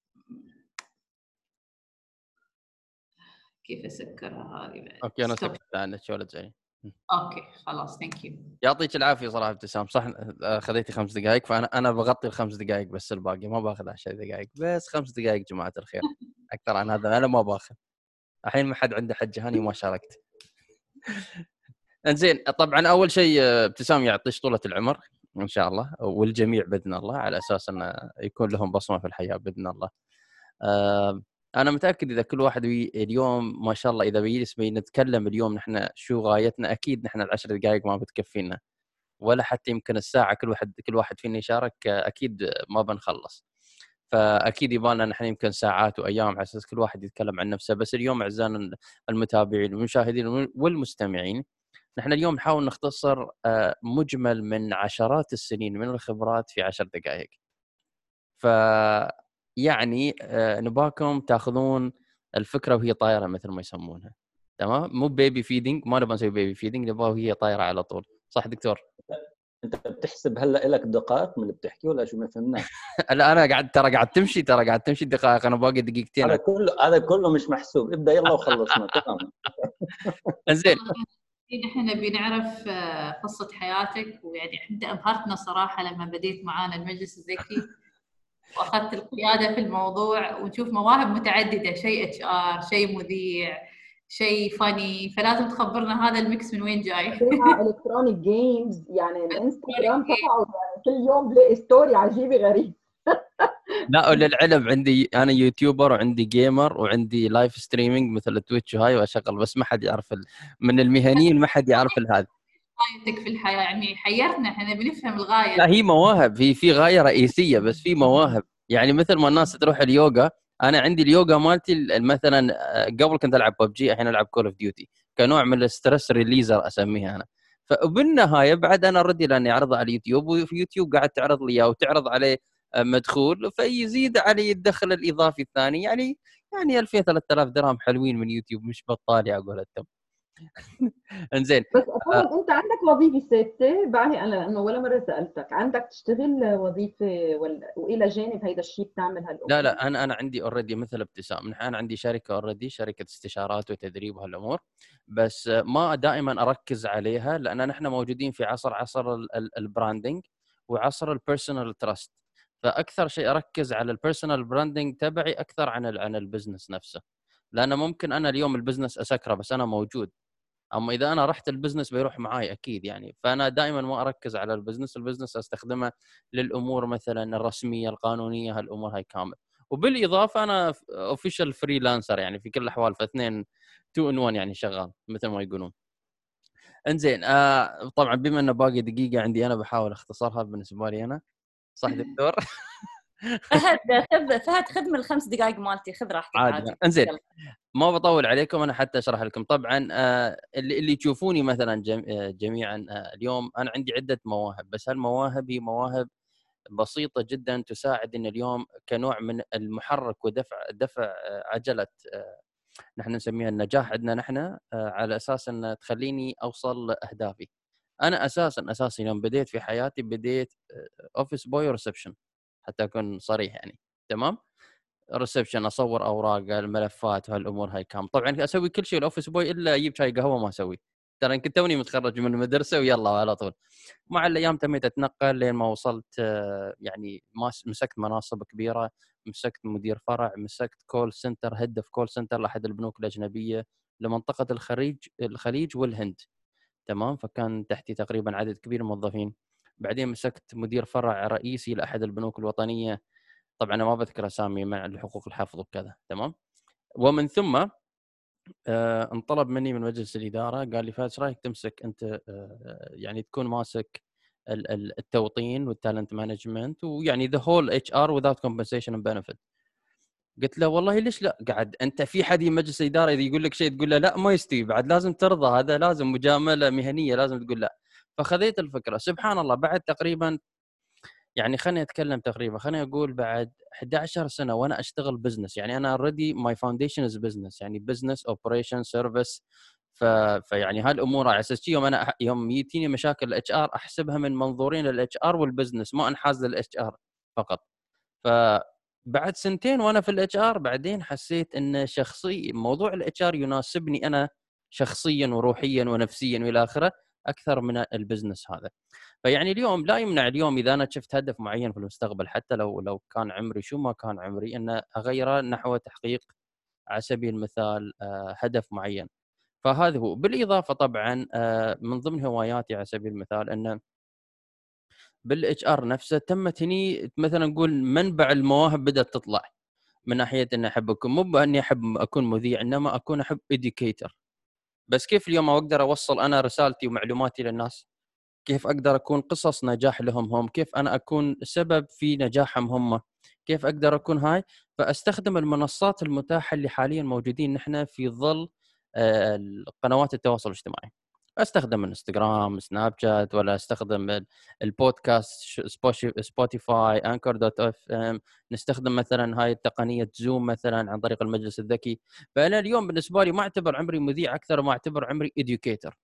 كيف اسكرها هذه؟
اوكي انا سكت عنك ولا تزعلي.
اوكي خلاص ثانك يو.
يعطيك العافيه صراحه ابتسام، صح خذيتي خمس دقائق، فانا انا بغطي الخمس دقائق بس، الباقي ما باخذ عشر دقائق، بس خمس دقائق جماعه الخير. اكثر عن هذا انا ما باخذ. الحين ما حد عنده حجه هاني وما شاركت. انزين طبعا اول شيء ابتسام يعطيش طولة العمر ان شاء الله، والجميع باذن الله، على اساس انه يكون لهم بصمه في الحياه باذن الله. أه انا متاكد اذا كل واحد اليوم ما شاء الله اذا بيجلس بنتكلم اليوم نحن شو غايتنا، اكيد نحن العشر دقائق ما بتكفينا، ولا حتى يمكن الساعه كل واحد كل واحد فينا يشارك اكيد ما بنخلص. فاكيد يبغى لنا نحن يمكن ساعات وايام على اساس كل واحد يتكلم عن نفسه. بس اليوم اعزائنا المتابعين والمشاهدين والمستمعين، نحن اليوم نحاول نختصر مجمل من عشرات السنين من الخبرات في عشر دقائق. ف يعني نباكم تاخذون الفكره وهي طايره مثل ما يسمونها، تمام؟ مو بيبي فيدنج، ما نبغى نسوي بيبي فيدنج، نبغى وهي طايره على طول. صح دكتور؟
انت بتحسب هلا لك دقائق من اللي بتحكي ولا شو؟ ما فهمناش.
لا انا قاعد ترى قاعد تمشي ترى قاعد تمشي دقائق، انا باقي دقيقتين.
هذا كله هذا كله مش محسوب. ابدا يلا وخلصنا. تمام.
انزين
نحن نبي نعرف قصة حياتك، ويعني انت ابهرتنا صراحة لما بديت معانا المجلس الذكي واخذت القيادة في الموضوع، ونشوف مواهب متعددة، شيء اتش ار، شيء مذيع، شيء فاني، فلازم تخبرنا هذا الميكس من وين جاي.
الكترونيك جيمز، يعني الانستغرام تبعه يعني كل يوم بلاقي ستوري عجيبه غريب.
لا وللعلم عندي انا يوتيوبر وعندي جيمر وعندي لايف ستريمينج مثل تويتش وهاي واشغل، بس ما حد يعرف ال... من المهنيين ما حد يعرف هذا.
غايتك في الحياه يعني حيرتنا، احنا بنفهم الغايه.
لا هي مواهب، هي في غايه رئيسيه بس في مواهب. يعني مثل ما الناس تروح اليوغا، انا عندي اليوغا مالتي مثلا قبل كنت العب ببجي، الحين العب كول اوف ديوتي كنوع من الستريس ريليزر اسميها انا. فبالنهايه بعد انا ردي لاني اعرضه على اليوتيوب، وفي يوتيوب قاعد تعرض لي وتعرض عليه مدخول، فيزيد علي الدخل الاضافي الثاني. يعني يعني ألفين ثلاثة آلاف درهم حلوين من يوتيوب، مش بطال يا قولتهم. انزين
بس أفهم انت عندك وظيفه ثابته بعدي انا، لانه ولا مره سالتك عندك تشتغل وظيفه ولا والى جانب هيدا الشيء بتعمل هالامور؟
لا لا انا انا عندي اوريدي مثل ابتسام، انا عندي شركه اوريدي، شركه استشارات وتدريب وهالامور، بس ما دائما اركز عليها لان نحن موجودين في عصر عصر البراندنج وعصر البيرسونال تراست. فاكثر شيء اركز على البيرسونال براندنج تبعي اكثر عن عن البزنس نفسه، لانه ممكن انا اليوم البزنس اسكره بس انا موجود، اما اذا انا رحت البزنس بيروح معاي اكيد. يعني فانا دائما ما اركز على البزنس، البزنس استخدمه للامور مثلا الرسميه القانونيه، هالامور هاي كامل. وبالاضافه انا اوفيشال فريلانسر يعني في كل الاحوال، فاثنين تو ان وان يعني شغال مثل ما يقولون. انزين آه طبعا بما انه باقي دقيقه عندي انا بحاول اختصرها بالنسبه لي انا. صح دكتور؟
فهد خذ فهد خذ من الخمس دقائق مالتي، خذ راحتك عادي.
انزين ما بطول عليكم، انا حتى اشرح لكم. طبعا آه اللي اللي تشوفوني مثلا جم... آه جميعا آه اليوم انا عندي عده مواهب، بس هالمواهب هي مواهب بسيطه جدا تساعد ان اليوم كنوع من المحرك ودفع دفع آه عجله آه نحن نسميها النجاح عندنا نحن، آه على اساس ان تخليني اوصل لاهدافي. انا اساسا اساسا يوم بديت في حياتي بديت اوفيس بوي وريسبشن، حتى اكون صريح يعني، تمام؟ ريسبشن اصور اوراق الملفات وهالامور هاي كام. طبعا اسوي كل شيء الاوفيس بوي الا اجيب شاي قهوه ما اسوي، ترى كنت توني متخرج من المدرسه ويلا على طول. مع الايام تميت اتنقل لين ما وصلت يعني مسكت مناصب كبيره، مسكت مدير فرع، مسكت كول سنتر، هيد اوف كول سنتر لاحد البنوك الاجنبيه لمنطقه الخليج الخليج والهند، تمام؟ فكان تحتي تقريبا عدد كبير من الموظفين. بعدين مسكت مدير فرع رئيسي لاحد البنوك الوطنيه، طبعا انا ما بذكر اسامي مع الحقوق الحفظ وكذا، تمام؟ ومن ثم آه انطلب مني من مجلس الاداره، قال لي فهد ايش رايك تمسك انت آه يعني تكون ماسك التوطين والتالنت مانجمنت ويعني ذا هول اتش ار without compensation and benefit. قلت له والله ليش لا، قاعد انت في حد مجلس الاداره اذا يقول لك شيء تقول له لا ما يستوي، بعد لازم ترضى، هذا لازم مجامله مهنيه لازم تقول لا. فخذيت الفكره سبحان الله بعد تقريبا يعني خليني اتكلم تقريبا خليني اقول بعد إحدى عشرة سنه وانا اشتغل بزنس. يعني انا اوريدي ماي فاونديشن از بزنس، يعني بزنس اوبريشن سيرفيس. ف... فيعني هالامور على اساس يوم انا يوم يجيني مشاكل الاتش ار احسبها من منظورين الاتش ار والبزنس، ما انحاز للاتش ار فقط. فبعد سنتين وانا في الاتش ار بعدين حسيت ان شخصي موضوع الاتش ار يناسبني انا شخصيا وروحيا ونفسيا والى اخره اكثر من البزنس هذا. فيعني اليوم لا يمنع اليوم اذا انا شفت هدف معين في المستقبل حتى لو لو كان عمري شو ما كان عمري ان اغيره نحو تحقيق على سبيل المثال هدف معين. فهذا هو. بالاضافه طبعا من ضمن هواياتي على سبيل المثال ان بالاتش ار نفسه تمت هني مثلا نقول منبع المواهب بدات تطلع، من ناحيه ان احب اكون مو باني احب اكون مذيع انما اكون احب اديوكيتر. بس كيف اليوم اقدر اوصل انا رسالتي ومعلوماتي للناس؟ كيف اقدر اكون قصص نجاح لهم هم؟ كيف انا اكون سبب في نجاحهم هم؟ كيف اقدر اكون هاي؟ فاستخدم المنصات المتاحه اللي حاليا موجودين نحن في ظل قنوات التواصل الاجتماعي. استخدم الانستغرام، سناب شات، ولا استخدم البودكاست سبوتيفاي، انكر دوت اف ام، نستخدم مثلا هاي التقنيه زوم مثلا عن طريق المجلس الذكي. فانا اليوم بالنسبه لي ما اعتبر عمري مذيع اكثر ما اعتبر عمري اديوكيتر،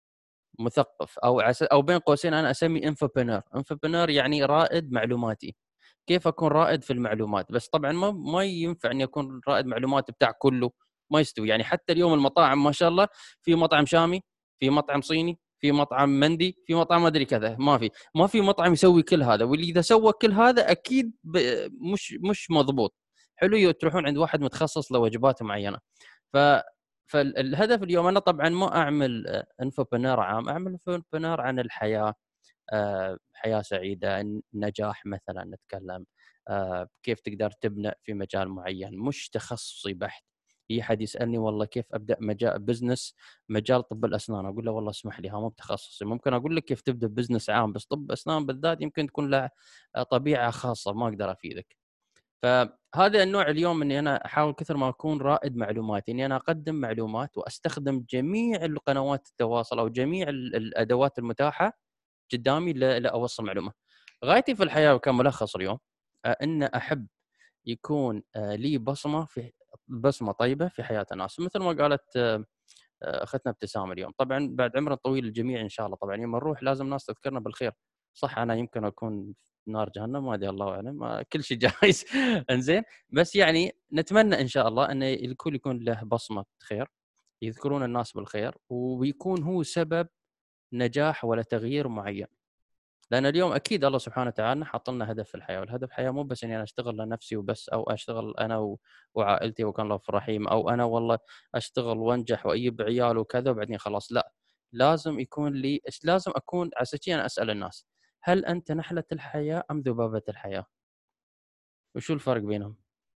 مثقف، او عس... او بين قوسين انا اسمي انفوبنر. انفوبنر يعني رائد معلوماتي. كيف اكون رائد في المعلومات؟ بس طبعا ما ما ينفع اني اكون رائد معلومات بتاع كله، ما يستوي. يعني حتى اليوم المطاعم ما شاء الله، في مطعم شامي، في مطعم صيني، في مطعم مندي، في مطعم ما ادري كذا، ما في ما في مطعم يسوي كل هذا. واللي اذا سوى كل هذا اكيد ب... مش مش مضبوط. حلو تروحون عند واحد متخصص لوجبات معينه. ف فالهدف اليوم انا طبعا ما اعمل انفوبنر عام، اعمل انفوبنر عن الحياه، حياه سعيده، نجاح مثلا نتكلم، كيف تقدر تبنى في مجال معين، مش تخصصي بحت. في حد يسالني والله كيف ابدا مجال بزنس مجال طب الاسنان، اقول له والله اسمح لي ها مو بتخصصي. ممكن اقول لك كيف تبدا بزنس عام، بس طب اسنان بالذات يمكن تكون له طبيعه خاصه، ما اقدر افيدك. فهذا النوع اليوم اني انا احاول كثر ما اكون رائد معلومات، اني انا اقدم معلومات واستخدم جميع القنوات التواصل او جميع الادوات المتاحه قدامي لاوصل معلومه. غايتي في الحياه كملخص اليوم ان احب يكون لي بصمه في بصمه طيبه في حياه الناس، مثل ما قالت اختنا ابتسام اليوم. طبعا بعد عمر طويل الجميع ان شاء الله، طبعا يوم نروح لازم الناس تذكرنا بالخير. صح انا يمكن اكون في نار جهنم، ما ادري الله اعلم، كل شيء جايز. انزين، بس يعني نتمنى ان شاء الله ان الكل يكون له بصمه خير، يذكرون الناس بالخير، ويكون هو سبب نجاح ولا تغيير معين. لان اليوم اكيد الله سبحانه وتعالى حط لنا هدف في الحياه، والهدف الحياه مو بس اني انا اشتغل لنفسي وبس، او اشتغل انا وعائلتي وكان الله في الرحيم، او انا والله اشتغل وانجح واجيب عيال وكذا وبعدين خلاص. لا، لازم يكون لي، لازم اكون عسى انا اسال الناس هل انت نحله الحياه ام ذبابه الحياه؟ وشو الفرق بينهم؟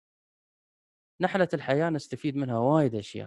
نحله الحياه نستفيد منها وايد اشياء،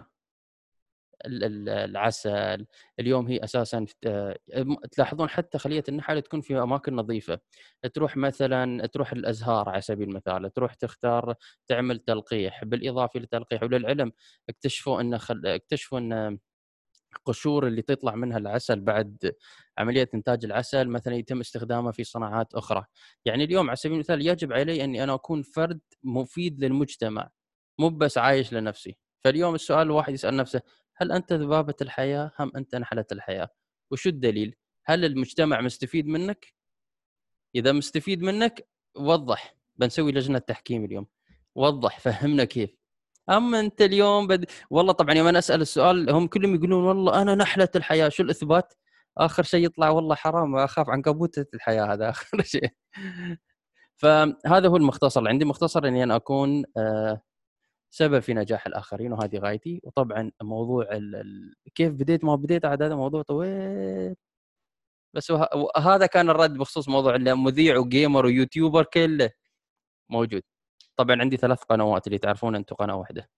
العسل. اليوم هي اساسا تلاحظون حتى خليه النحل تكون في اماكن نظيفه، تروح مثلا تروح الازهار على سبيل المثال، تروح تختار تعمل تلقيح. بالاضافه للتلقيح وللعلم اكتشفوا ان خل... اكتشفوا ان قشور اللي تطلع منها العسل بعد عمليه انتاج العسل مثلا يتم استخدامها في صناعات اخرى. يعني اليوم على سبيل المثال يجب علي اني انا اكون فرد مفيد للمجتمع، مو بس عايش لنفسي. فاليوم السؤال الواحد يسال نفسه هل انت ذبابه الحياه ام انت نحله الحياه؟ وشو الدليل؟ هل المجتمع مستفيد منك؟ اذا مستفيد منك وضح، بنسوي لجنه تحكيم اليوم، وضح فهمنا كيف. اما انت اليوم بد... والله طبعا يوم انا اسال السؤال هم كلهم يقولون والله انا نحله الحياه، شو الاثبات؟ اخر شيء يطلع والله حرام اخاف عن كبوته الحياه، هذا اخر شيء. فهذا هو المختصر اللي عندي، مختصر اني انا اكون آه سبب في نجاح الاخرين، وهذه غايتي. وطبعا موضوع ال... ال... كيف بديت ما بديت عاد هذا موضوع طويل، بس وه... وهذا كان الرد بخصوص موضوع المذيع وجيمر ويوتيوبر كله موجود. طبعا عندي ثلاث قنوات اللي تعرفون انتم قناه واحده.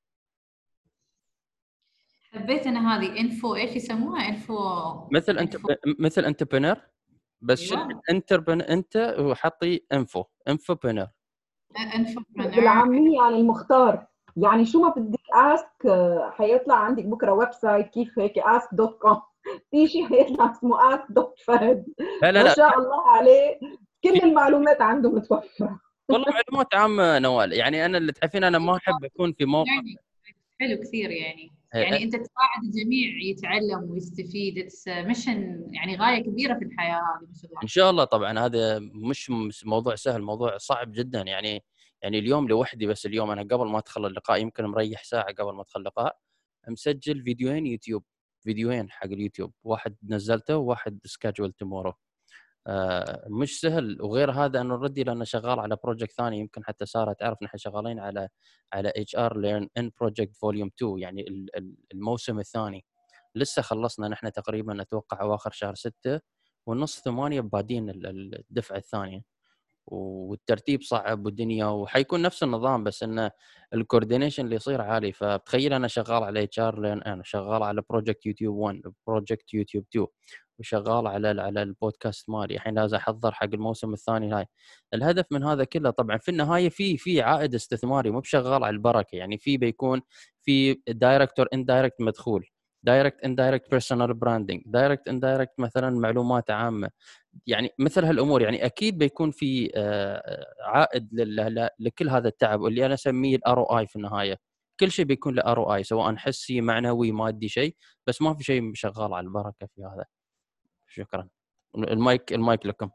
حبيت انا هذه انفو، ايش يسموها؟ انفو
مثل انت مثل انتربرنر، بس
أيوة.
انتربن انت وحطي انفو انفوبرنر.
بالعاميه يعني المختار، يعني شو ما بدك اسك حيطلع عندك بكره ويب سايت كيف هيك اسك دوت كوم، في شيء حيطلع اسمه اسك دوت فهد.
لا لا
ما
لا
شاء الله عليه، كل المعلومات عنده متوفره.
والله معلومات عامه نوال. يعني انا اللي تعرفين انا ما احب اكون في موقع
حلو كثير، يعني يعني انت تساعد الجميع يتعلم ويستفيد، مشن يعني غايه كبيره في الحياه هذه ما شاء الله.
ان شاء الله. طبعا هذا مش موضوع سهل، موضوع صعب جدا. يعني يعني اليوم لوحدي بس، اليوم انا قبل ما ادخل اللقاء يمكن مريح ساعه قبل ما ادخل اللقاء، مسجل فيديوهين يوتيوب، فيديوهين حق اليوتيوب، واحد نزلته وواحد سكادجول تومورو. آه مش سهل. وغير هذا انا اوريدي لانه شغال على بروجكت ثاني، يمكن حتى ساره تعرف نحن شغالين على على اتش ار ليرن ان بروجكت فوليوم اثنين، يعني الموسم الثاني. لسه خلصنا نحن تقريبا اتوقع اواخر شهر ستة، والنص ثمانية بادين الدفعه الثانيه. والترتيب صعب والدنيا، وحيكون نفس النظام بس انه الكوردينيشن اللي يصير عالي. فبتخيل انا شغال على اتش ار، لان انا شغال على بروجكت يوتيوب واحد، بروجكت يوتيوب اثنين، وشغال على على البودكاست مالي. الحين لازم احضر حق الموسم الثاني. هاي الهدف من هذا كله. طبعا في النهايه في في عائد استثماري، مو بشغال على البركه يعني. في بيكون في دايركتور اندايركت مدخول، دايركت اندايركت بيرسونال براندنج، دايركت اندايركت مثلا معلومات عامه، يعني مثل هالامور. يعني اكيد بيكون في عائد لكل هذا التعب واللي انا اسميه الار او اي. في النهايه كل شيء بيكون له ار او اي، سواء حسي معنوي مادي شيء، بس ما في شيء شغال على البركه في هذا. شكرا. المايك المايك لكم.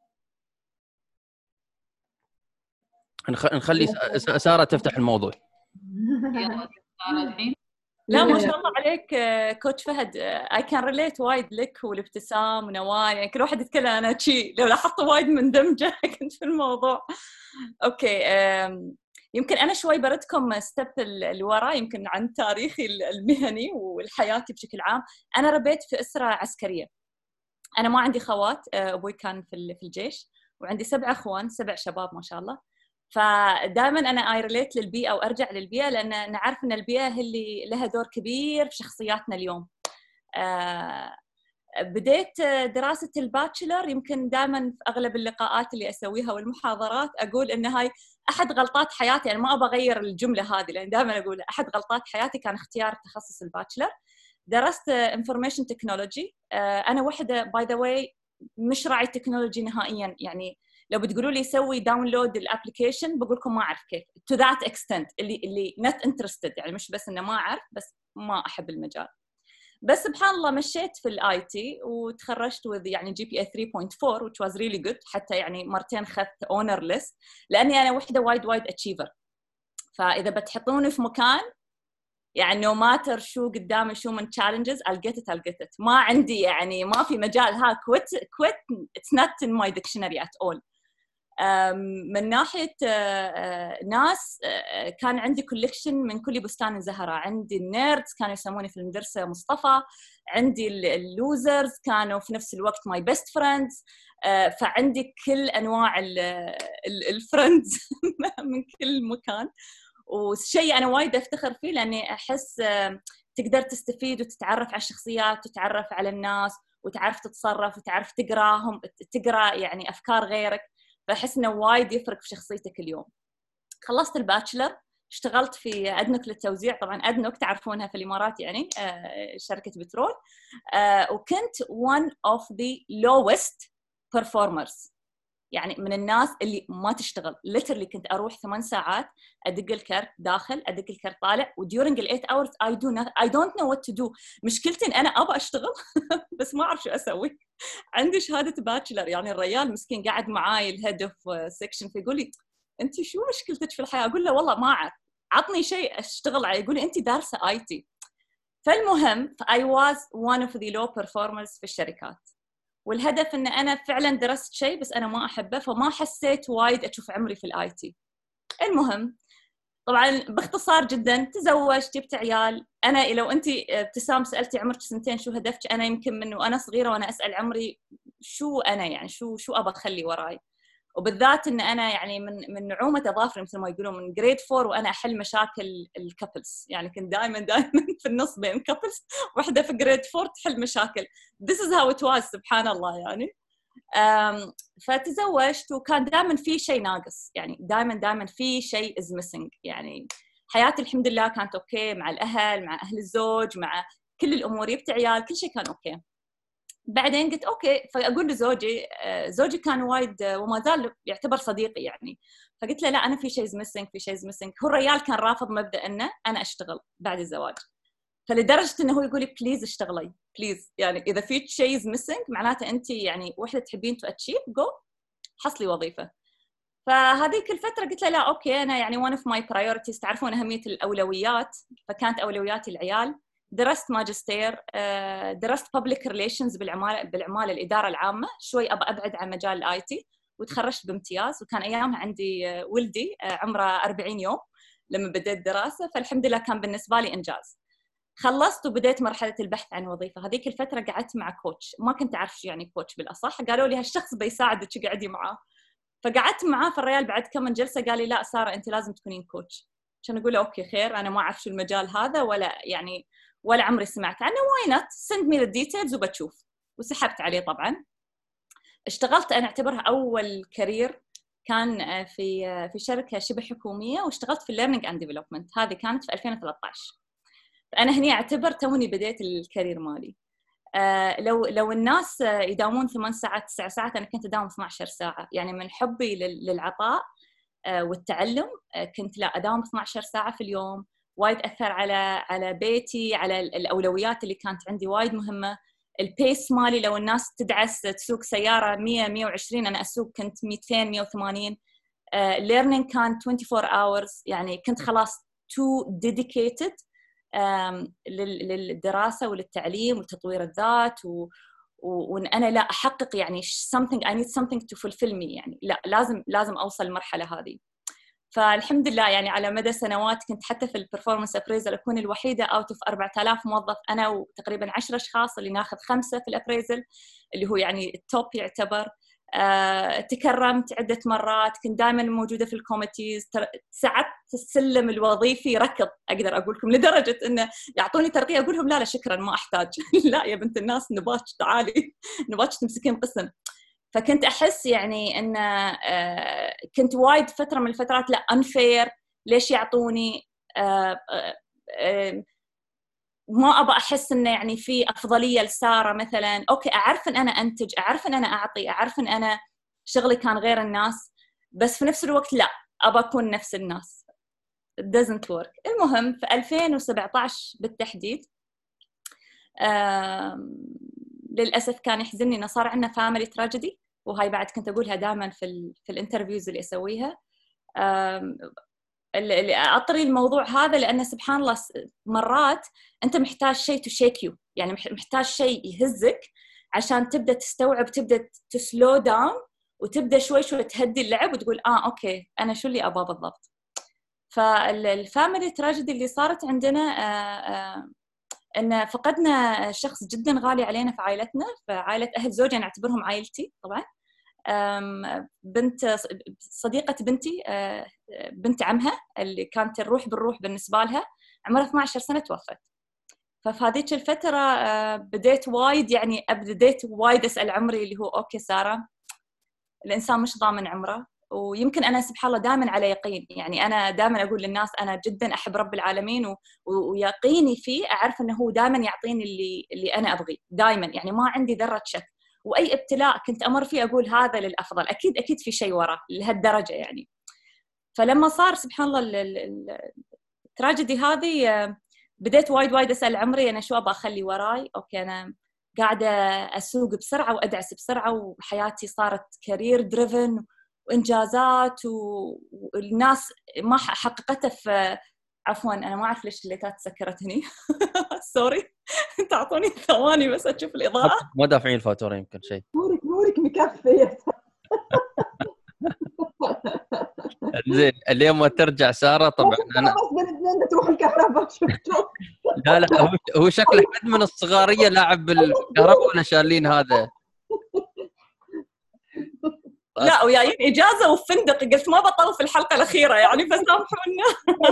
نخلي ساره تفتح الموضوع.
يلا ساره الحين.
لا ما شاء الله عليك كوتش فهد. اي كان ريليت وايد لك والابتسام ونوال، يعني كل واحد يتكلم. انا شي لو لاحظت وايد مندمجه كنت في الموضوع. اوكي يمكن انا شوي بردكم ستيب اللي ورا يمكن عن تاريخي المهني والحياتي بشكل عام. انا ربيت في اسره عسكريه. انا ما عندي خوات، ابوي كان في الجيش، وعندي سبع اخوان، سبع شباب ما شاء الله. فدائما انا اي ريليت للبيئه وارجع للبيئه، لان نعرف ان البيئه هي اللي لها دور كبير في شخصياتنا اليوم. آه بديت دراسه الباتشلر. يمكن دائما في اغلب اللقاءات اللي اسويها والمحاضرات اقول ان هاي احد غلطات حياتي. يعني ما ابغى اغير الجمله هذه، لان دائما اقول احد غلطات حياتي كان اختيار تخصص الباتشلر. درست انفورميشن تكنولوجي. آه انا وحده باي ذا واي مش راعي تكنولوجي نهائيا. يعني لو بتقولوا لي سوي داونلود الابلكيشن بقول لكم ما اعرف كيف. to that extent اللي اللي not interested، يعني مش بس انه ما اعرف، بس ما احب المجال. بس سبحان الله مشيت في الاي تي وتخرجت with يعني جي بي اي ثري بوينت فور which was really good. حتى يعني مرتين خذت اونر ليست لاني انا وحده وايد وايد اتشيفر. فاذا بتحطوني في مكان يعني no matter شو قدامي شو من challenges I'll get it I'll get it. ما عندي يعني ما في مجال ها quit quit it's not in my dictionary at all. من ناحية ناس كان عندي كوليكشن من كل بستان زهرة. عندي النيردز كانوا يسموني في المدرسة مصطفى، عندي اللوزرز كانوا في نفس الوقت my best friends. فعندي كل أنواع الفريندز من كل مكان. وشيء أنا وايد أفتخر فيه لأني أحس تقدر تستفيد وتتعرف على الشخصيات وتتعرف على الناس وتعرف تتصرف وتعرف تقراهم، تقرأ يعني أفكار غيرك. فأحس إنه وايد يفرق في شخصيتك اليوم. خلصت الباتشلر، اشتغلت في أدنوك للتوزيع. طبعاً أدنوك تعرفونها في الإمارات يعني شركة بترول. وكنت one of the lowest performers، يعني من الناس اللي ما تشتغل. literally كنت أروح ثمان ساعات أدق الكرت داخل أدق الكرت طالع، و during the eight hours I do not I don't know what to do. مشكلتي إن أنا أبغى أشتغل بس ما أعرف شو أسوي. عندي شهادة باتشلر. يعني الرجال مسكين قاعد معاي الهيد اوف سيكشن فيقول لي أنت شو مشكلتك في الحياة؟ أقول له والله ما أعرف، عطني شيء أشتغل عليه. يقول لي أنت دارسة آي تي. فالمهم I was one of the low performers في الشركات. والهدف ان انا فعلا درست شيء بس انا ما احبه، فما حسيت وايد اشوف عمري في الاي تي. المهم طبعا باختصار جدا تزوجت، جبت عيال. انا لو انت ابتسام سالتي عمرك سنتين شو هدفك، انا يمكن من وانا صغيره وانا اسال عمري شو انا يعني شو شو ابى اخلي وراي. وبالذات ان انا يعني من من نعومه اظافري مثل ما يقولون من جريد فور وانا احل مشاكل الكابلز. يعني كنت دائما دائما في النص بين كابلز، واحده في جريد فور تحل مشاكل. This is how it was سبحان الله يعني. فتزوجت وكان دائما في شيء ناقص، يعني دائما دائما في شيء is missing. يعني حياتي الحمد لله كانت اوكي مع الاهل، مع اهل الزوج، مع كل الامور، جبت عيال، كل شيء كان اوكي. بعدين قلت اوكي، فاقول لزوجي، زوجي كان وايد وما زال يعتبر صديقي يعني، فقلت له لا انا في شيء ميسنج في شيء ميسنج. هو الرجال كان رافض مبدا انه انا اشتغل بعد الزواج، فلدرجه انه هو يقول لي بليز اشتغلي بليز، يعني اذا في شيء ميسنج معناته انت يعني وحده تحبين تو اتشيف جو حصلي وظيفه. فهذيك الفتره قلت له لا اوكي انا يعني one of my priorities، تعرفون اهميه الاولويات، فكانت اولوياتي العيال. درست ماجستير، درست public relations بالعمالة بالعمالة الإدارة العامة، شوي أبى أبعد عن مجال الآي تي، وتخرجت بامتياز. وكان أيامها عندي ولدي عمره أربعين يوم لما بديت دراسة، فالحمد لله كان بالنسبة لي إنجاز. خلصت وبديت مرحلة البحث عن وظيفة. هذيك الفترة قعدت مع كوتش، ما كنت أعرف شو يعني كوتش بالأصح، قالوا لي هالشخص بيساعدك قعدي معاه. فقعدت معاه في الريال بعد كم من جلسه قال لي لا ساره انت لازم تكونين كوتش. عشان اقول له اوكي خير انا ما اعرف شو المجال هذا ولا يعني ولا عمري سمعت عنه واي نوت سند مي ذا ديتيلز وبتشوف. وسحبت عليه طبعا. اشتغلت انا اعتبرها اول كارير كان في في شركه شبه حكوميه واشتغلت في الليرنينج اند ديفلوبمنت. هذه كانت في ألفين وثلاثة عشر. فانا هني اعتبر توني بديت الكارير مالي. آه لو لو الناس يداومون ثمان ساعات تسع ساعات انا كنت اداوم اثنتي عشرة ساعه. يعني من حبي للعطاء آه والتعلم آه كنت لا اداوم اثنتي عشرة ساعه في اليوم. وايد اثر على على بيتي على الاولويات اللي كانت عندي وايد مهمه. البيس مالي لو الناس تدعس تسوق سياره مية مية وعشرين انا اسوق كنت مئتين مية وثمانين. الليرنينج uh, كان أربعة وعشرين hours. يعني كنت خلاص too dedicated um, للدراسة وللتعليم وتطوير الذات و... وان انا لا احقق يعني something I need something to fulfill me. يعني لا لازم لازم اوصل المرحلة هذه. فالحمد لله يعني على مدى سنوات كنت حتى في البرفورمانس ابريزل اكون الوحيده اوت اوف أربعة آلاف موظف انا وتقريبا عشرة اشخاص اللي ناخذ خمسه في الابريزل اللي هو يعني التوب يعتبر. أه تكرمت عده مرات. كنت دائما موجوده في الكوميتيز. سعدت السلم الوظيفي ركض اقدر اقول لكم لدرجه انه يعطوني ترقيه اقول لهم لا لا شكرا ما احتاج. لا يا بنت الناس نباك تعالي نباك تمسكين قسم. فكنت أحس يعني أن كنت وايد فترة من الفترات لا unfair ليش يعطوني ما أبغى أحس أنه يعني في أفضلية لسارة مثلا. أوكي أعرف أن أنا أنتج أعرف أن أنا أعطي أعرف أن أنا شغلي كان غير الناس بس في نفس الوقت لا أبغى أكون نفس الناس. It doesn't work. المهم في ألفين وسبعة عشر بالتحديد للأسف كان يحزنني إنه صار عندنا فاميلي تراجيدي وهاي بعد كنت أقولها دائما في ال في الانترفيوز اللي أسويها. اللي أطري الموضوع هذا لأن سبحان الله مرات أنت محتاج شيء to shake you. يعني محتاج شيء يهزك عشان تبدأ تستوعب تبدأ تسلو داون وتبدأ شوي شوي تهدي اللعب وتقول آه أوكي أنا شو اللي أبغى بالضبط. فالفاميلي تراجيدي اللي صارت عندنا آآ آآ إن فقدنا شخص جدا غالي علينا في عائلتنا. في عائلة أهل زوجي أنا أعتبرهم عائلتي طبعا. بنت صديقة بنتي بنت عمها اللي كانت الروح بالروح بالنسبة لها عمرها اثنتي عشرة سنة توفت. ففي هذيك الفترة بديت وايد يعني بديت وايد أسأل عمري اللي هو أوكي سارة الإنسان مش ضامن عمره. ويمكن أنا سبحان الله دائما على يقين. يعني أنا دائما أقول للناس أنا جدا أحب رب العالمين و... ويقيني فيه أعرف أنه هو دائما يعطيني اللي اللي أنا أبغيه دائما. يعني ما عندي ذرة شك. وأي ابتلاء كنت أمر فيه أقول هذا للأفضل أكيد أكيد في شيء وراه لهالدرجة يعني. فلما صار سبحان الله التراجيدي هذه بديت وايد وايد أسأل عمري أنا شو أبغى أخلي وراي. أوكي أنا قاعدة أسوق بسرعة وأدعس بسرعة وحياتي صارت كارير دريفن وإنجازات والناس ما حققتها في عفواً أنا ما أعرف ليش الليتات سكرت هني سوري تعطوني ثواني بس أشوف الإضاءة.
ما دافعين الفاتورة يمكن شيء.
نورك نورك مكفي.
زين اليوم ما ترجع سارة طبعاً أنا
بس بين اثنين بتروح الكهرباء شفتوا.
لا لا هو هو شكله حد من الصغارية لاعب بالكهرباء ولا شارلين هذا.
لا وياين إجازة وفندق قلت ما بطل في الحلقة الأخيرة يعني فسامحونا.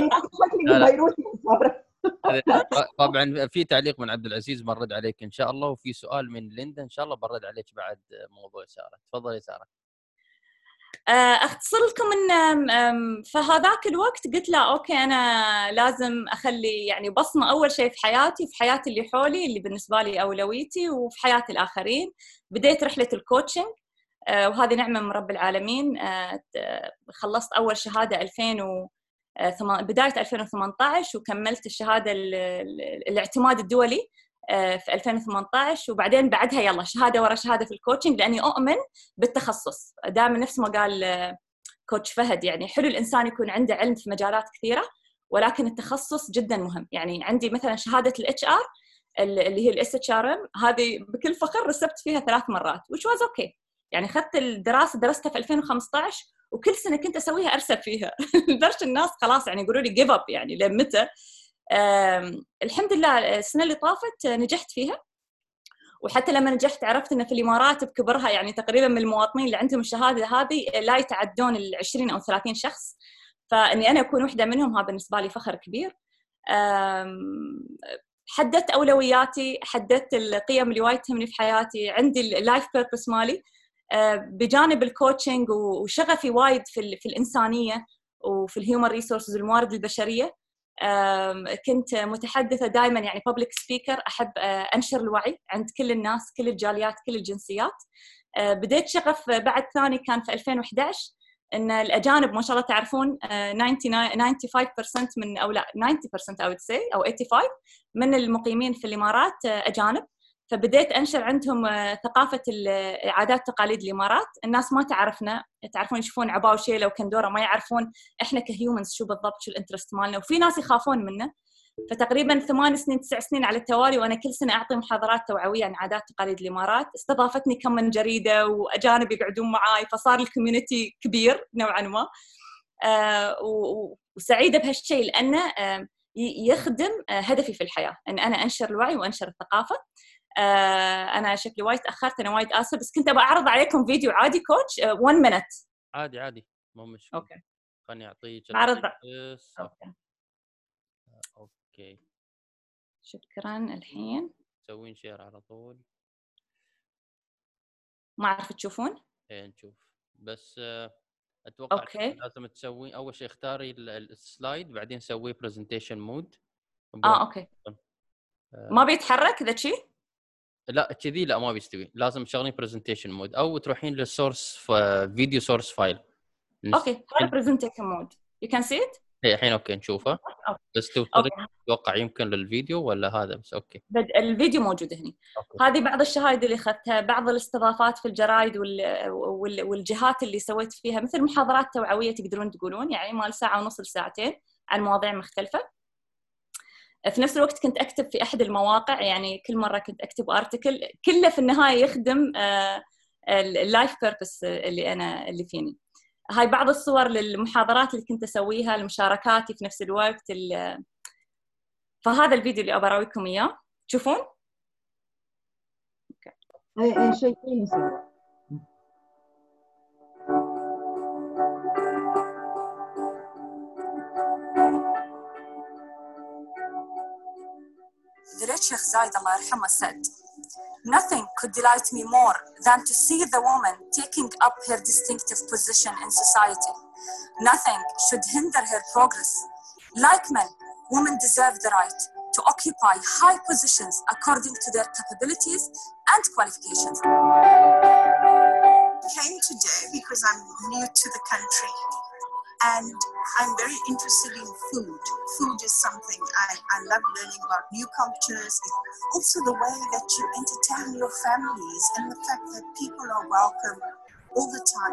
طبعا في تعليق من عبد العزيز برد عليك إن شاء الله وفي سؤال من ليندا إن شاء الله برد عليك بعد موضوع سارة. تفضلي سارة.
أختصر لكم إن في هذاك الوقت قلت لا أوكي أنا لازم أخلي يعني بصمة أول شيء في حياتي في حياة اللي حولي اللي بالنسبة لي أولويتي وفي حياة الآخرين. بديت رحلة الكوتشنج وهذه نعمة من رب العالمين. خلصت أول شهادة ألفين و بداية ألفين وثمانية عشر وكملت الشهادة الاعتماد الدولي في ألفين وثمانية عشر وبعدين بعدها يلا شهادة ورا شهادة في الكوتشنج لأني أؤمن بالتخصص. دائما نفس ما قال كوتش فهد يعني حلو الإنسان يكون عنده علم في مجالات كثيرة ولكن التخصص جدا مهم. يعني عندي مثلا شهادة الاتش ار اللي هي الاس اتش ار ام هذه بكل فخر رسبت فيها ثلاث مرات which was okay. يعني أخذت الدراسة درستها في ألفين وخمسة عشر وكل سنة كنت أسويها أرسب فيها لدرجة الناس خلاص يعني يقولوا لي give up يعني لمتى. الحمد لله السنة اللي طافت نجحت فيها وحتى لما نجحت عرفت ان في الامارات بكبرها يعني تقريبا من المواطنين اللي عندهم الشهاده هذه لا يتعدون ال عشرين او ثلاثين شخص، فاني انا اكون واحده منهم هذا بالنسبه لي فخر كبير. حددت اولوياتي، حددت القيم اللي وايد تهمني في حياتي، عندي اللايف بيربس مالي بجانب الكوتشنج وشغفي وايد في, في الانسانيه وفي الهيومن ريسورسز الموارد البشريه. كنت متحدثة دائما يعني public speaker، أحب أنشر الوعي عند كل الناس، كل الجاليات، كل الجنسيات. بديت شغف بعد ثاني كان في ألفين وإحدى عشر، إن الأجانب ما شاء الله تعرفون خمسة وتسعين بالمئة من أو لا تسعين بالمئة I would say أو ثمانية وثمانين بالمئة من المقيمين في الإمارات أجانب. فبديت أنشر عندهم ثقافة العادات تقاليد الإمارات. الناس ما تعرفنا، تعرفون يشوفون عباو شيلة وكندورة، ما يعرفون إحنا كهيومنز شو بالضبط، شو الانترست مالنا، وفي ناس يخافون منا. فتقريبا ثمان سنين تسع سنين على التوالي وأنا كل سنة أعطي محاضرات توعوية عن عادات تقاليد الإمارات. استضافتني كم من جريدة وأجانب يقعدون معاي، فصار الكوميونتي كبير نوعا ما. آه وسعيدة بهالشيء لأنه آه يخدم آه هدفي في الحياة، أن أنا أنشر الوعي وأنشر الثقافة. آه أنا شكلي وايد تأخرت، أنا وايد آسفة، بس كنت أبغى أعرض عليكم فيديو عادي كوتش آه one minute.
عادي عادي مو مشكلة.
أوكي.
خلني أعطيك.
أعرض.
أوكي. أوكي.
شكرا. الحين.
تسوين شير على طول.
ما أعرف تشوفون؟
إيه نشوف. بس آه أتوقع
أوكي.
لازم تسوين أول شيء اختاري السلايد بعدين سوي برزنتيشن مود.
آه أوكي. آه. ما بيتحرك ذا شيء؟
لا كذي لا ما بيستوي، لازم تشغلين برزنتيشن مود او تروحين للسورس فيديو سورس فايل.
اوكي هذا برزنتيشن مود يو كان سي ات.
اي الحين اوكي نشوفه. بس توصلي اتوقع يمكن للفيديو ولا هذا بس. اوكي
الفيديو موجود هنا. هذه بعض الشهايد اللي اخذتها، بعض الاستضافات في الجرايد وال... وال... والجهات اللي سويت فيها مثل محاضرات توعويه تقدرون تقولون يعني مال ساعه ونص لساعتين عن مواضيع مختلفه. في نفس الوقت كنت أكتب في أحد المواقع، يعني كل مرة كنت أكتب أرتكل كله في النهاية يخدم اللايف بيربس اللي أنا اللي فيني. هاي بعض الصور للمحاضرات اللي كنت أسويها، لمشاركاتي في نفس الوقت. فهذا الفيديو اللي أبغى أراويكم إياه، تشوفون؟
أوكي. إيه إيه شايفين يصير.
The rich Sheikh Zayed Allah yarhamah said, "Nothing could delight me more than to see the woman taking up her distinctive position in society. Nothing should hinder her progress. Like men, women deserve the right to occupy high positions according to their capabilities and qualifications."
I came today because I'm new to the country. And I'm very interested in food. Food is something I, I love learning about new cultures. It's also the way that you entertain your families and the fact that people are welcome all the time.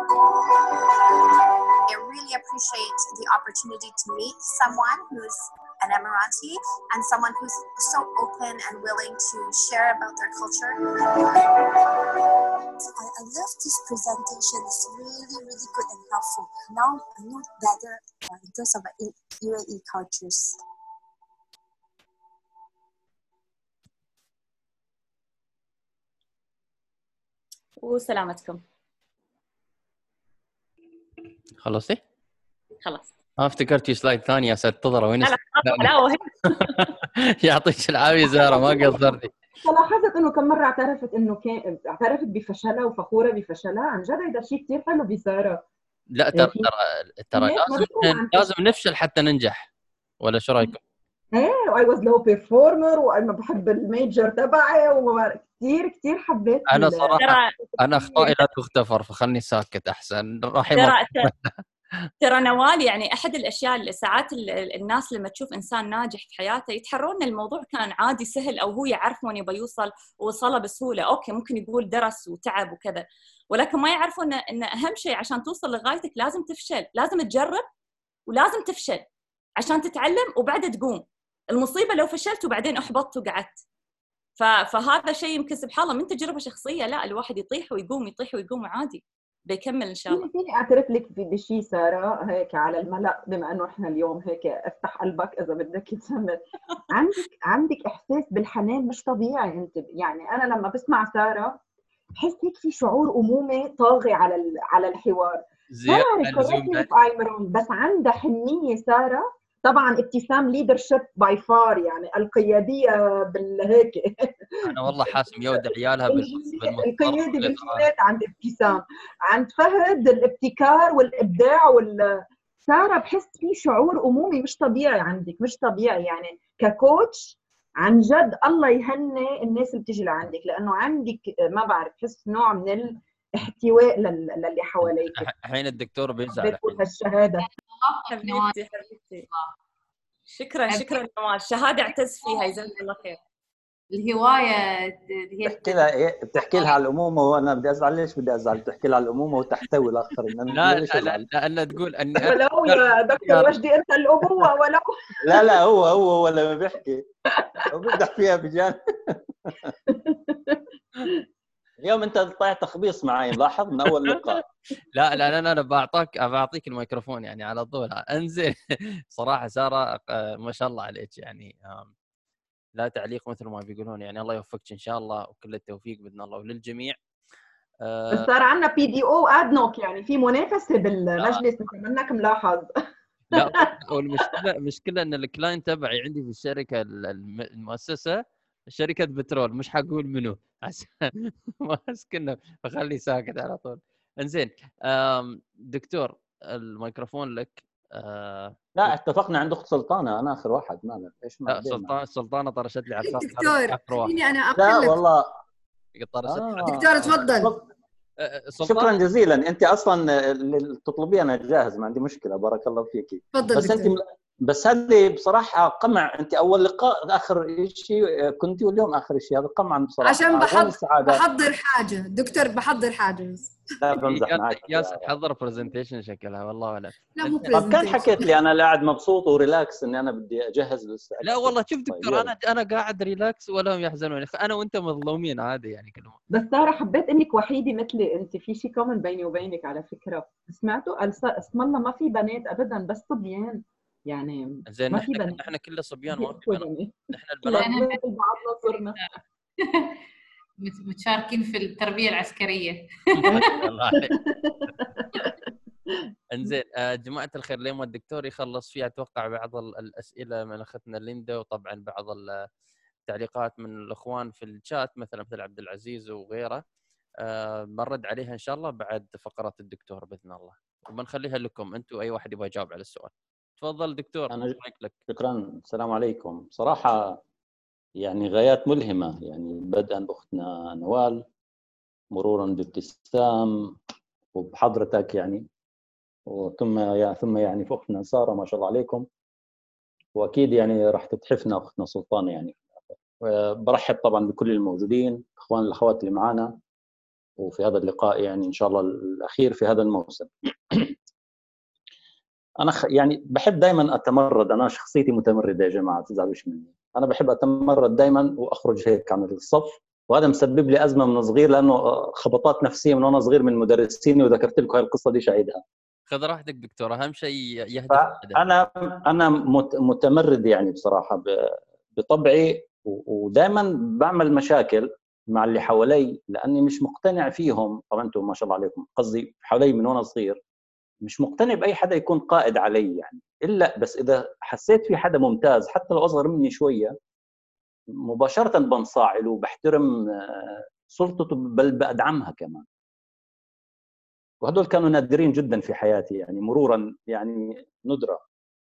I really appreciate the opportunity to meet someone who's an Emirati and someone who's so open and willing to share about their culture.
I, I love this presentation. It's really, really good and helpful. Now I know better uh, in terms of uh, U A E cultures.
وسلامتكم.
خلصتي؟
خلاص.
ما افتكرتي سلايد ثانية ستضرة وين؟
لا لا وهي
يعطيك العافية زهرة ما قصرتي.
لاحظت انه كم مرة اعترفت انه كان اعترفت بفشلها وفخورة بفشلها، عن جد هذا شيء كثير حلو بسارة.
لا ترى ترى لازم لازم نفشل حتى ننجح، ولا شو رايكم؟
ايه واي واز لو بيرفورمر وانا بحب الميجر تبعي وكثير كثير حبيت.
انا صراحة انا اخطائي لا تغتفر فخلني ساكت احسن. رحمة
ترى نوال يعني أحد الأشياء اللي ساعات الناس لما تشوف إنسان ناجح في حياته يتحرون إن الموضوع كان عادي سهل أو هو يعرف وين يبغى يوصل ووصله بسهولة. أوكي ممكن يقول درس وتعب وكذا، ولكن ما يعرفون إن أهم شيء عشان توصل لغايتك لازم تفشل، لازم تجرب ولازم تفشل عشان تتعلم وبعد تقوم. المصيبة لو فشلت وبعدين أحبطت وقعدت. فهذا شيء يمكن سبحان الله من تجربة شخصية، لا الواحد يطيح ويقوم يطيح ويقوم عادي. بيكمل ان شاء الله.
فيني اعترف لك بشيء ساره هيك على الملأ، بما انه احنا اليوم هيك افتح قلبك اذا بدك تسمر. عندك عندك احساس بالحنان مش طبيعي انت. يعني انا لما بسمع ساره بحس هيك في شعور امومه طاغي على على الحوار.
زيادة
ما بعرف correct me if I'm wrong، بس عندها حنيه ساره. طبعا ابتسام ليدرشيب باي فار، يعني القياديه بالهيك.
انا والله حاسم يودع عيالها بالمضطر.
القياده بالجينات عند ابتسام، عند فهد الابتكار والابداع وال ساره بحس في شعور امومي مش طبيعي عندك، مش طبيعي يعني ككوتش. عن جد الله يهني الناس اللي بتيجي لعندك، لانه عندك ما بعرف بحس نوع من الاحتواء للي حواليك.
الحين الدكتور بيزعل
بيقول هالشهاده.
حبيبتي حبيبتي شكرا شكرا نوال، شهاده اعتز فيها جزاك الله خير.
الهوايه اللي هي
بتحكي لها إيه؟ بتحكي لها على الامومه وانا بدي ازعل. ليش بدي ازعل؟ بتحكي لها على الامومه وتحتوي الاخرين. انا
لا
ليش
لا
ازعل؟
لا لأن تقول اني
ولو يا دكتور وجدي انت الابوه ولو
لا لا هو هو ولا ما بيحكي، هو بيمدح فيها بجانب. اليوم انت طلعت تخبيص معي ملاحظ من اول لقاء.
لا لا انا انا بعطيك بعطيك الميكروفون يعني على طول. انزين. صراحه ساره ما شاء الله عليك يعني لا تعليق مثل ما بيقولون يعني. الله يوفقك ان شاء الله وكل التوفيق باذن الله وللجميع.
بس صار عندنا بي دي او ادنوك، يعني في منافسه بالمجلس مثل منك ملاحظ.
لا والمشكله مشكله ان الكلاينت تبعي عندي في الشركه المؤسسه شركه بترول، مش حقول منو عشان ما اسكنه فخلي ساكت على طول. انزين دكتور الميكروفون لك.
آه لا اتفقنا عند اخت سلطانه، انا اخر واحد. ما ايش ما
لا سلطان سلطانه طرشت لي على الخط.
دكتور خليني انا اقول
لا
لك
والله
طرشت.
آه.
دكتور تفضل.
شكرا جزيلا. انت اصلا اللي تطلبيه انا جاهز، ما عندي مشكله. بارك الله فيكي. بس دكتور. انت بس هذه بصراحه قمع. انت اول لقاء اخر شيء كنتي واليوم اخر شيء، هذا قمع بصراحه.
عشان بحضر بحضر حاجه دكتور، بحضر حاجه بس.
لا بمزح معك.
ياس تحضر برزنتيشن شكلها والله ولا
لا مو
برزنتيشن. كان حكيت لي انا قاعد مبسوط وريلاكس اني انا بدي اجهز لسه.
لا والله شوف دكتور انا انا قاعد ريلاكس ولا هم يحزنون. انا وانت مظلومين عادي يعني كلهم.
بس ساره حبيت انك وحيده مثلي انت. في شيء كومن بيني وبينك على فكره، سمعتوا اسم الله ما في بنات ابدا بس صبيان يعني.
زين
ما في بنات،
احنا كلنا صبيان ما في بنات.
احنا البنات بعضنا صرنا
متشاركين في التربيه العسكريه.
انزين جماعه الخير لين ما الدكتور يخلص فيها اتوقع بعض الاسئله من اختنا ليندا، وطبعا بعض التعليقات من الاخوان في الشات مثلا مثل عبد العزيز وغيره. أه بنرد عليها ان شاء الله بعد فقرات الدكتور باذن الله، وبنخليها لكم انتم اي واحد يبغى يجاوب على السؤال. تفضل دكتور.
أنا لك. شكرا. السلام عليكم. صراحه يعني غايات ملهمه، يعني بدءا باختنا نوال مرورا بابتسام وبحضرتك يعني، وثم يا ثم يعني في اختنا ساره ما شاء الله عليكم، واكيد يعني راح تتحفنا اختنا سلطانه يعني. برحب طبعا بكل الموجودين، اخوان الاخوات اللي معانا وفي هذا اللقاء يعني ان شاء الله الاخير في هذا الموسم. انا يعني بحب دائما اتمرد. انا شخصيتي متمرده يا جماعه، تزعلوش مني. انا بحب اتمرد دائما واخرج هيك عن الصف، وهذا مسبب لي ازمه من صغير، لانه خبطات نفسيه من وانا صغير من مدرسيني، وذكرت لكم هاي القصه دي شاهدها.
خذ راحتك دكتور، اهم شيء يهدف.
انا انا متمرد يعني بصراحه بطبعي، ودائما بعمل مشاكل مع اللي حوالي لاني مش مقتنع فيهم. طبعا انتم ما شاء الله عليكم، قصدي حوالي من وانا صغير مش مقتنع باي حدا يكون قائد علي يعني، الا بس اذا حسيت في حدا ممتاز حتى لو اصغر مني شويه مباشره بنصاع له وبحترم سلطته، بل بدعمها كمان. وهذول كانوا نادرين جدا في حياتي يعني، مرورا يعني ندره.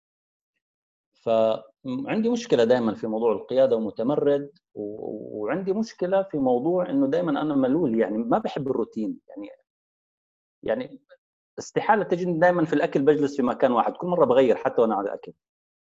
فعندي مشكله دائما في موضوع القياده ومتمرد، وعندي مشكله في موضوع انه دائما انا ملول يعني، ما بحب الروتين يعني. يعني استحاله تجدني دائما في الاكل بجلس في مكان واحد، كل مره بغير حتى وانا على الاكل.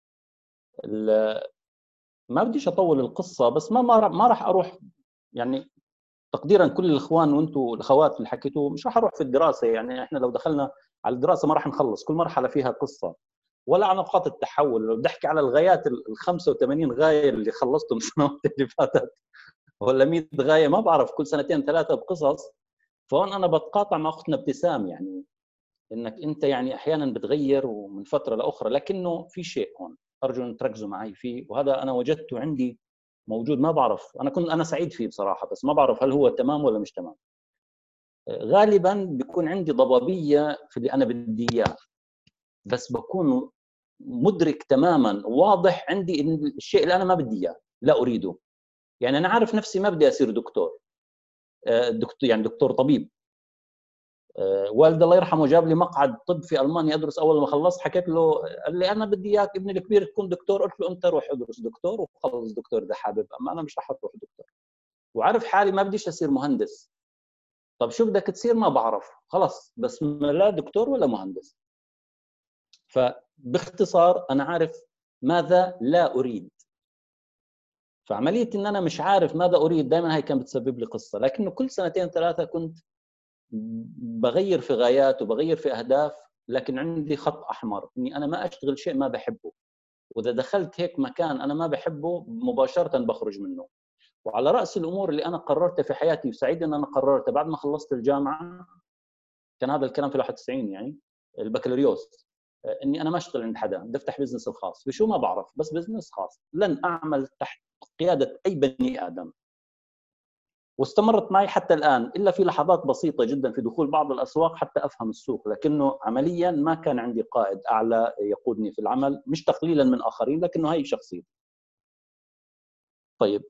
ما بديش اطول القصه، بس ما ما راح اروح يعني تقديرا كل الاخوان وانتم الاخوات اللي حكيتوا، مش راح اروح في الدراسه يعني. احنا لو دخلنا على الدراسه ما راح نخلص، كل مرحله فيها قصه. ولا على نقاط التحول. لو بدي احكي على الغايات ال خمسة وثمانين غايه اللي خلصتهم السنوات اللي فاتت، ولا مئة غايه ما بعرف، كل سنتين ثلاثه بقصص. فهون انا بتقاطع مع اختنا ابتسام، يعني انك انت يعني احيانا بتغير ومن فتره لاخرى، لكنه في شيء هون ارجو ان تركزوا معي فيه، وهذا انا وجدته عندي موجود، ما بعرف، انا كنت انا سعيد فيه بصراحه، بس ما بعرف هل هو تمام ولا مش تمام. غالبا بيكون عندي ضبابيه في اللي انا بدي اياه، بس بكون مدرك تماما واضح عندي ان الشيء اللي انا ما بدي اياه لا اريده. يعني انا عارف نفسي ما بدي اصير دكتور، دكتور يعني دكتور طبيب. والد الله يرحمه جاب لي مقعد طب في المانيا ادرس، اول ما خلصت حكيت له، قال لي انا بدي اياك ابني الكبير تكون دكتور. قلت له انت روح ادرس دكتور وخلص دكتور اذا حابب، اما انا مش رح اروح دكتور. وعارف حالي ما بديش اصير مهندس. طب شو بدك تصير؟ ما بعرف، خلص بس لا دكتور ولا مهندس. فباختصار انا عارف ماذا لا اريد. فعمليه ان انا مش عارف ماذا اريد دائما هي كانت بتسبب لي قصه، لكنه كل سنتين ثلاثه كنت بغير في غايات وبغير في اهداف، لكن عندي خط احمر اني انا ما اشتغل شيء ما بحبه، واذا دخلت هيك مكان انا ما بحبه مباشره بخرج منه. وعلى راس الامور اللي انا قررتها في حياتي، وسعيد ان انا قررتها بعد ما خلصت الجامعه، كان هذا الكلام في واحد وتسعين يعني البكالوريوس، اني انا ما اشتغل عند حدا، بدي افتح بزنس الخاص بشو ما بعرف، بس بزنس خاص، لن اعمل تحت قياده اي بني ادم. واستمرت معي حتى الآن، إلا في لحظات بسيطة جدا في دخول بعض الأسواق حتى أفهم السوق، لكنه عمليا ما كان عندي قائد أعلى يقودني في العمل، مش تقليلا من آخرين لكنه هي شخصيتي. طيب،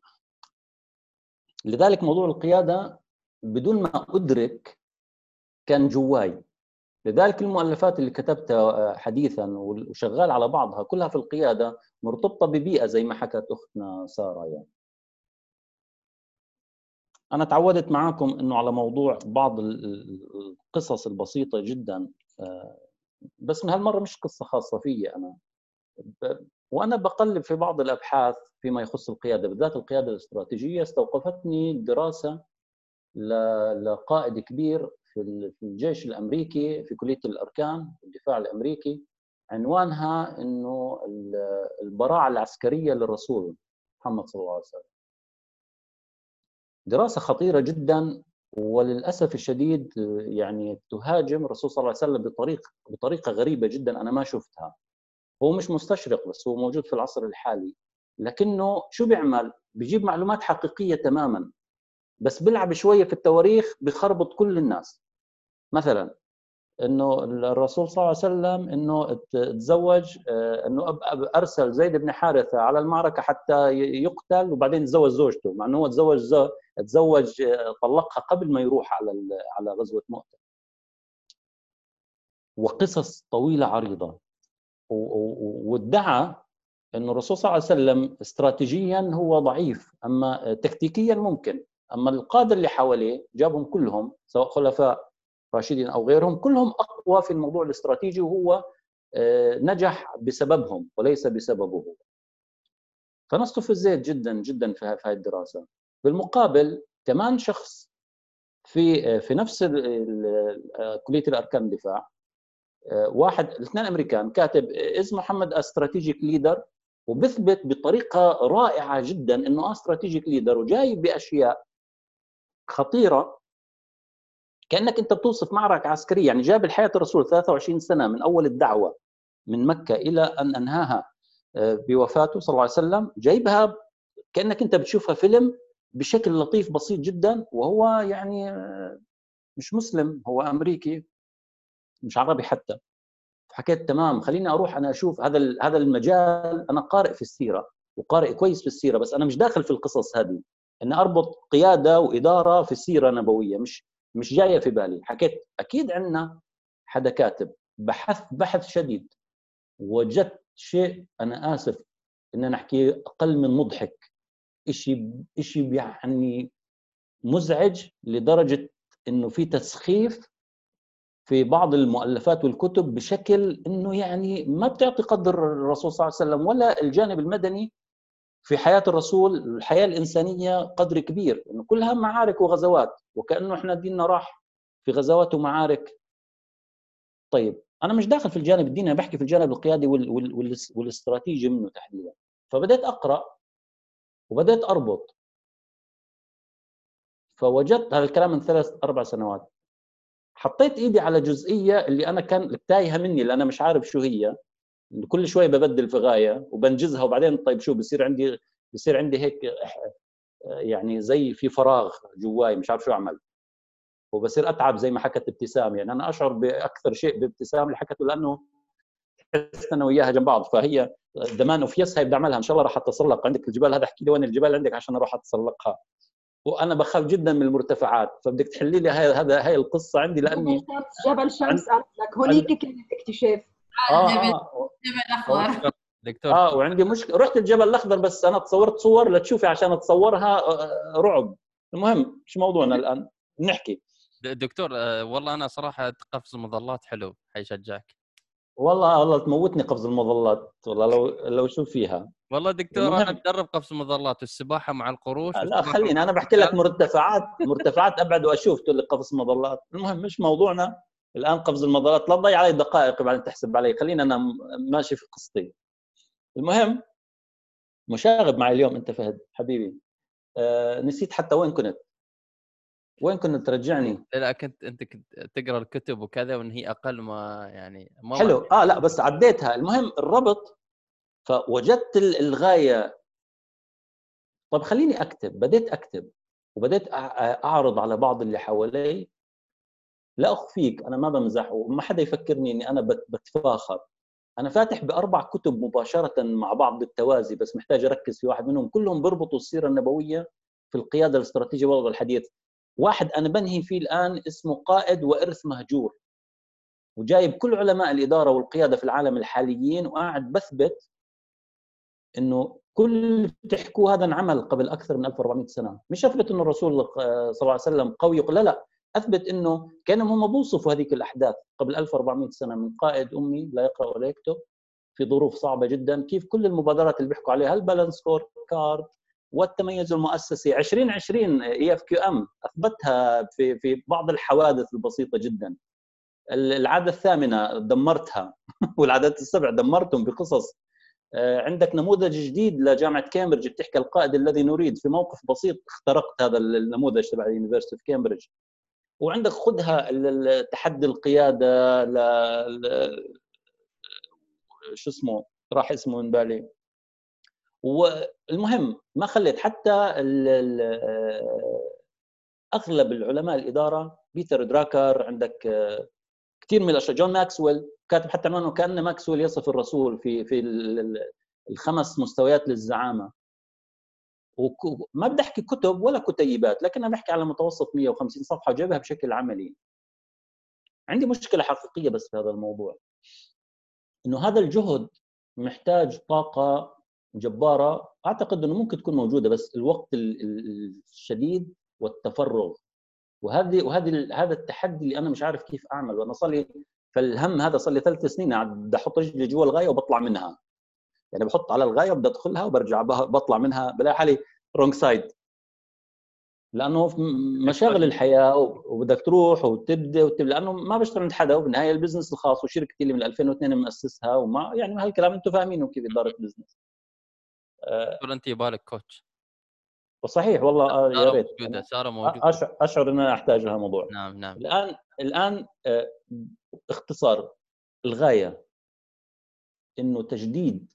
لذلك موضوع القيادة بدون ما أدرك كان جواي. لذلك المؤلفات اللي كتبتها حديثا وشغال على بعضها كلها في القيادة مرتبطة ببيئة زي ما حكت أختنا سارة. يعني أنا تعودت معاكم إنه على موضوع بعض القصص البسيطة جدا، بس من هالمرة مش قصة خاصة في أنا، وأنا بقلب في بعض الأبحاث فيما يخص القيادة، بالذات القيادة الاستراتيجية. استوقفتني دراسة لقائد كبير في الجيش الأمريكي في كلية الأركان الدفاع الأمريكي، عنوانها إنه البراعة العسكرية للرسول محمد صلى الله عليه وسلم. دراسة خطيرة جدا، وللأسف الشديد يعني تهاجم الرسول صلى الله عليه وسلم بطريقة بطريقة غريبة جدا أنا ما شفتها. هو مش مستشرق، بس هو موجود في العصر الحالي، لكنه شو بيعمل؟ بيجيب معلومات حقيقية تماما، بس بيلعب شوية في التواريخ، بيخربط كل الناس. مثلا انه الرسول صلى الله عليه وسلم انه تزوج، انه ارسل زيد بن حارثه على المعركه حتى يقتل، وبعدين تزوج زوجته، مع انه هو تزوج تزوج طلقها قبل ما يروح على على غزوه مؤتة. وقصص طويله عريضه، وادعى انه الرسول صلى الله عليه وسلم استراتيجيا هو ضعيف، اما تكتيكيا ممكن. اما القاده اللي حواليه جابهم كلهم سواء خلفاء راشدين او غيرهم، كلهم اقوى في الموضوع الاستراتيجي، وهو نجح بسببهم وليس بسببه. فنستفزيت جدا جدا في هذه الدراسه. بالمقابل كمان شخص في في نفس كليه الاركان الدفاع، واحد الاثنين امريكان، كاتب از محمد استراتيجيك ليدر، وبثبت بطريقه رائعه جدا انه استراتيجيك ليدر، وجايب باشياء خطيره كانك انت بتوصف معركه عسكريه. يعني جاب الحياه الرسول ثلاثة وعشرين سنه من اول الدعوه من مكه الى ان انهاها بوفاته صلى الله عليه وسلم، جايبها كانك انت بتشوفها فيلم بشكل لطيف بسيط جدا، وهو يعني مش مسلم، هو امريكي مش عربي حتى. حكيت تمام، خليني اروح انا اشوف هذا هذا المجال. انا قارئ في السيره وقارئ كويس في السيره، بس انا مش داخل في القصص هذه، ان اربط قياده واداره في السيره النبويه مش مش جايه في بالي. حكيت اكيد عندنا حدا كاتب، بحث بحث شديد، وجدت شيء انا اسف ان انا احكي اقل من مضحك، شيء شيء يعني مزعج لدرجه انه في تسخيف في بعض المؤلفات والكتب بشكل انه يعني ما بتعطي قدر الرسول صلى الله عليه وسلم ولا الجانب المدني في حياه الرسول، الحياه الانسانيه قدر كبير، انه كلها معارك وغزوات، وكانه احنا ديننا راح في غزوات ومعارك. طيب انا مش داخل في الجانب الديني، انا بحكي في الجانب القيادي وال وال وال والاستراتيجي منه تحديدا. فبدأت اقرا وبدأت اربط، فوجدت هذا الكلام من ثلاث اربع سنوات، حطيت ايدي على جزئيه اللي انا كان تايهه مني، اللي انا مش عارف شو هي، كل شوي ببدل في غايه وبنجزها، وبعدين طيب شو بصير عندي، بصير عندي هيك يعني زي في فراغ جواي مش عارف شو اعمل، وبصير اتعب زي ما حكت ابتسام. يعني انا اشعر باكثر شيء بابتسام اللي حكته، لانه حسنا انا وياها جنب بعض، فهي دمان اوف يس هي بدي اعملها ان شاء الله راح اتسلق عندك الجبال. هذا احكي لي وين الجبال عندك عشان اروح اتسلقها، وانا بخاف جدا من المرتفعات، فبدك تحلي لي هاي هذا هاي القصه عندي لاني
جبل شمس قالت لك هونيك كان اكتشاف.
اه
جبل
اه
جبل اخضر.
دكتور
اه وعندي مشكله، رحت الجبل الاخضر بس انا تصورت صور لتشوفي عشان اتصورها رعب. المهم مش موضوعنا الان، نحكي.
دكتور آه والله انا صراحه قفز المظلات حلو، حيشجعك.
والله والله تموتني قفز المظلات والله، لو لو شو فيها.
والله دكتور انا اتدرب قفز المظلات والسباحه مع القروش.
لا خليني انا بحكي لك مرتفعات مرتفعات ابعد واشوف تقول لي قفز مظلات. المهم مش موضوعنا الان قفز المظلات، لا تضيع علي دقائق بعدين تحسب علي، خلينا انا ماشي في قصتي. المهم مشاغب معي اليوم انت فهد حبيبي. آه نسيت حتى وين كنت، وين كنت ترجعني.
لا كنت انت كنت تقرا الكتب وكذا، وان هي اقل ما يعني ما
حلو اه لا بس عديتها. المهم الربط، فوجدت الغايه. طب خليني اكتب، بديت اكتب وبديت اعرض على بعض اللي حوالي. لا اخفيك انا ما بمزح وما حدا يفكرني اني انا بتفاخر، انا فاتح باربع كتب مباشره مع بعض بالتوازي، بس محتاج اركز في واحد منهم. كلهم بيربطوا السيره النبويه في القياده الاستراتيجيه والوضع الحديث. واحد انا بنهي فيه الان اسمه قائد وارث مهجور، وجايب كل علماء الاداره والقياده في العالم الحاليين، وقاعد بثبت انه كل اللي بتحكوه هذا انعمل قبل اكثر من ألف وأربعمئة سنه. مش اثبت انه الرسول صلى الله عليه وسلم قوي، لا لا، اثبت انه كانوا هم بوصفوا هذيك الاحداث قبل ألف وأربعمئة سنه من قائد امي لا يقرا ولا يكتب في ظروف صعبه جدا. كيف كل المبادرات اللي بيحكوا عليها البالانس سكور كارد والتميز المؤسسي عشرين عشرين اي اف كيو ام اثبتها في في بعض الحوادث البسيطه جدا. العاده الثامنه دمرتها والعادات السبع دمرتهم بقصص. عندك نموذج جديد لجامعه كامبريدج بتحكي القائد الذي نريد، في موقف بسيط اخترقت هذا النموذج تبع اليونيفرسيتي اوف كامبريدج. وعندك خذها تحدي القياده ل شو اسمه راح اسمه من بالي. والمهم ما خليت حتى اغلب العلماء الاداره، بيتر دراكر، عندك كثير من الاشياء، جون ماكسويل كاتب حتى عنه كان ماكسويل يصف الرسول في في الخمس مستويات للزعامه. وما بدي احكي كتب ولا كتيبات، لكن انا بحكي على متوسط مئة وخمسين صفحه وجايبها بشكل عملي. عندي مشكله حقيقيه بس في هذا الموضوع، انه هذا الجهد محتاج طاقه جباره، اعتقد انه ممكن تكون موجوده، بس الوقت الشديد والتفرغ، وهذه وهذه هذا التحدي اللي انا مش عارف كيف اعمل. وانا صار لي فالهم هذا صار لي ثلاث سنين قاعد احط رجلي جوا الغايه وبطلع منها. يعني بحط على الغايه وبدي ادخلها وبرجع بطلع منها، بلاقي حالي رونج سايد، لانه مشاغل الحياه وبدك تروح وتبدا وتبدا، لانه ما بشتغل عند حدا، وبالنهايه البزنس الخاص وشركتي اللي من ألفين واثنين مؤسسها، وما يعني هالكلام انتم فاهمينه كيف اداره بزنس.
تقول انت يبالك كوتش.
وصحيح والله يا ريت.
موجوده ساره موجوده.
اشعر اشعر ان انا احتاج لها موضوع.
نعم نعم.
الان الان اختصار الغايه انه تجديد،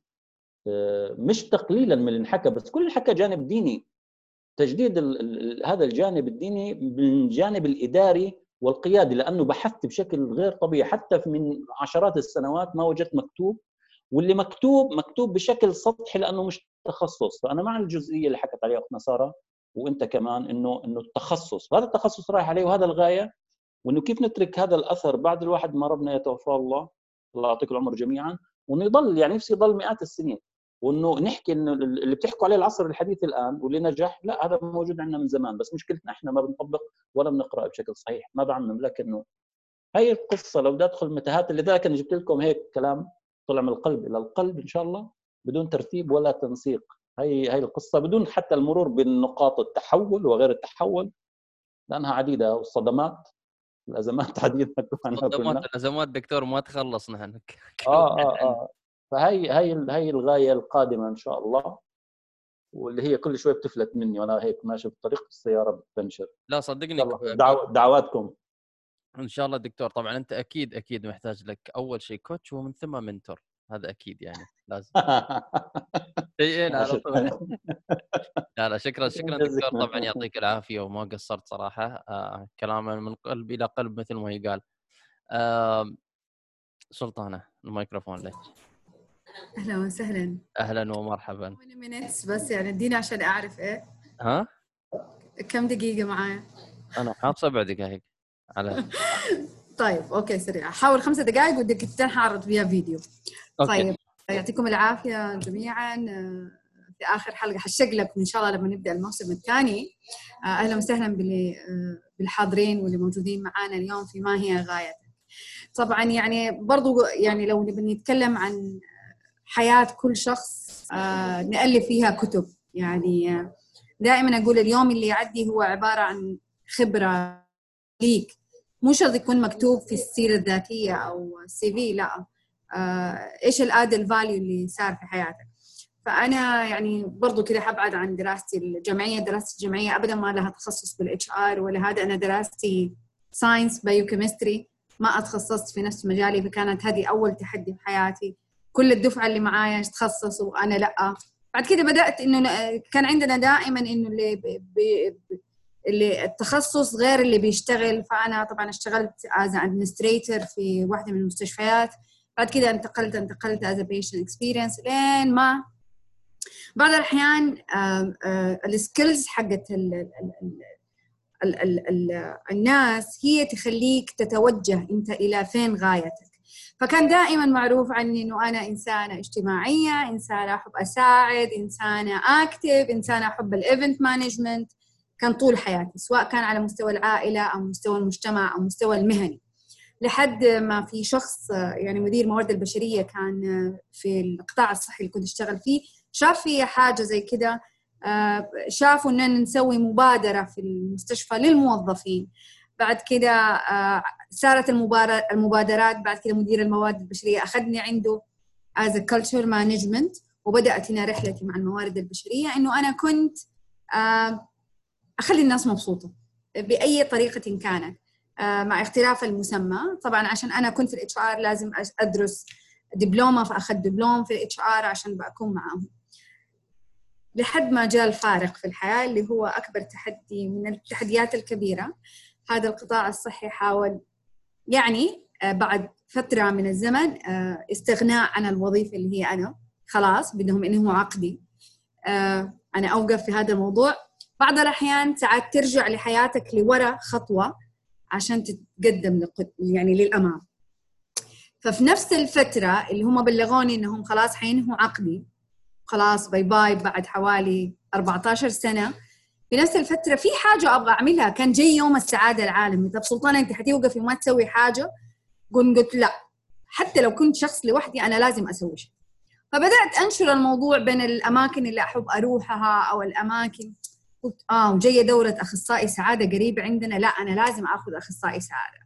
مش تقليلا من اللي انحكى، بس كل اللي حكى جانب ديني، تجديد هذا الجانب الديني من الجانب الاداري والقيادي، لانه بحثت بشكل غير طبيعي حتى من عشرات السنوات ما وجدت مكتوب، واللي مكتوب مكتوب بشكل سطحي لانه مش تخصص. فانا مع الجزئيه اللي حكت عليها اختنا ساره وانت كمان، انه انه التخصص، وهذا التخصص رايح عليه وهذا الغايه، وانه كيف نترك هذا الاثر بعد الواحد ما ربنا يتوفاه الله، الله يعطيك العمر جميعا، وانه يضل يعني نفسي يضل مئات السنين، وانه نحكي انه اللي بتحكوا عليه العصر الحديث الان واللي نجح، لا هذا موجود عندنا من زمان، بس مشكلتنا احنا ما بنطبق ولا بنقرا بشكل صحيح. ما بعمم، لكنه هي القصه لو بدي ادخل متاهات. لذلك انا جبت لكم هيك كلام طلع من القلب الى القلب ان شاء الله، بدون ترتيب ولا تنسيق. هي هي القصه بدون حتى المرور بالنقاط التحول وغير التحول، لانها عديده، والصدمات الازمات عديده.
الصدمات الازمات دكتور ما تخلص نحن.
اه اه اه فهي هي هي الغايه القادمه ان شاء الله. واللي هي كل شوي بتفلت مني وانا هيك ماشي بالطريق السياره بتنشر.
لا صدقني
دعو دعواتكم
ان شاء الله دكتور. طبعا انت اكيد اكيد محتاج لك اول شيء كوتش ومن ثم منتور، هذا اكيد يعني لازم. شيئين على طول. لا لا شكرا شكرا دكتور، طبعا يعطيك العافيه وما قصرت صراحه. آه كلامه من قلب الى قلب مثل ما يقال. آه سلطانه الميكروفون لك.
اهلا وسهلا.
اهلا ومرحبا.
مينتس بس يعني اديني عشان اعرف ايه.
ها
كم دقيقه معايا؟
انا حاط سبع دقائق على
طيب اوكي سريع، حاول خمسة دقائق ودقيقتين حعرض فيها فيديو.
أوكي.
طيب يعطيكم العافيه جميعا. في اخر حلقه حشقلب ان شاء الله لما نبدا الموسم الثاني. اهلا وسهلا بالحاضرين واللي موجودين معنا اليوم في ما هي غايتك. طبعا يعني برضو يعني لو نبي نتكلم عن حياه كل شخص نألف فيها كتب. يعني دائما اقول اليوم اللي يعدي هو عباره عن خبره ليك، مو شرط يكون مكتوب في السيره الذاتيه او السي في، لا آه، ايش الاد الفاليو اللي صار في حياتك. فانا يعني برضو كده حبعد عن دراستي الجامعيه. دراستي الجامعيه ابدا ما لها تخصص بالاتش ار ولا هذا. انا دراستي ساينس بايوكيمستري، ما اتخصصت في نفس مجالي، فكانت هذه اول تحدي في حياتي. كل الدفعه اللي معايا تخصصوا وانا لا. بعد كده بدات انه كان عندنا دائما انه اللي بي بي اللي التخصص غير اللي بيشتغل. فأنا طبعاً اشتغلت as an administrator في واحدة من المستشفيات. بعد كده انتقلت انتقلت as a patient experience لين ما بعض الأحيان السكيلز حقت ال ال ال ال ال الناس هي تخليك تتوجه أنت إلى فين غايتك. فكان دائماً معروف عني إنه أنا إنسانة اجتماعية، إنسانة أحب أساعد، إنسانة active، إنسانة أحب الإيفنت مانجمنت. كان طول حياتي سواء كان على مستوى العائلة أو مستوى المجتمع أو مستوى المهني، لحد ما في شخص يعني مدير موارد البشرية كان في القطاع الصحي اللي كنت أشتغل فيه شاف فيه حاجة زي كده. شافوا أننا نسوي مبادرة في المستشفى للموظفين. بعد كده صارت المبادرات. بعد كده مدير الموارد البشرية أخذني عنده as a culture management، وبدأت هنا رحلتي مع الموارد البشرية إنه أنا كنت أخلي الناس مبسوطة بأي طريقة كانت مع اختلاف المسمى. طبعاً عشان أنا كنت في الاتش ار لازم أدرس دبلومة، فأخذ دبلوم في الاتش ار عشان بكون معهم. لحد ما جاء الفارق في الحياة اللي هو أكبر تحدي من التحديات الكبيرة. هذا القطاع الصحي حاول يعني بعد فترة من الزمن استغناء عن الوظيفة اللي هي أنا، خلاص بدهم إنه عقدي أنا أوقف في هذا الموضوع. بعض الأحيان ساعات ترجع لحياتك لورا خطوة عشان تتقدم يعني للأمام. ففي نفس الفترة اللي هم بلغوني إنهم خلاص حينهوا عقدي، خلاص باي باي بعد حوالي أربعة عشر سنة، في نفس الفترة في حاجة أبغى أعملها. كان جاي يوم السعادة العالمي. طب سلطانة أنت حتوقفي وما تسوي حاجة؟ قلت قلت لا، حتى لو كنت شخص لوحدي أنا لازم أسوي شيء. فبدأت أنشر الموضوع بين الأماكن اللي أحب أروحها أو الأماكن. قلت آه وجاية دورة أخصائي سعادة قريبة عندنا، لا أنا لازم أخذ أخصائي سعادة.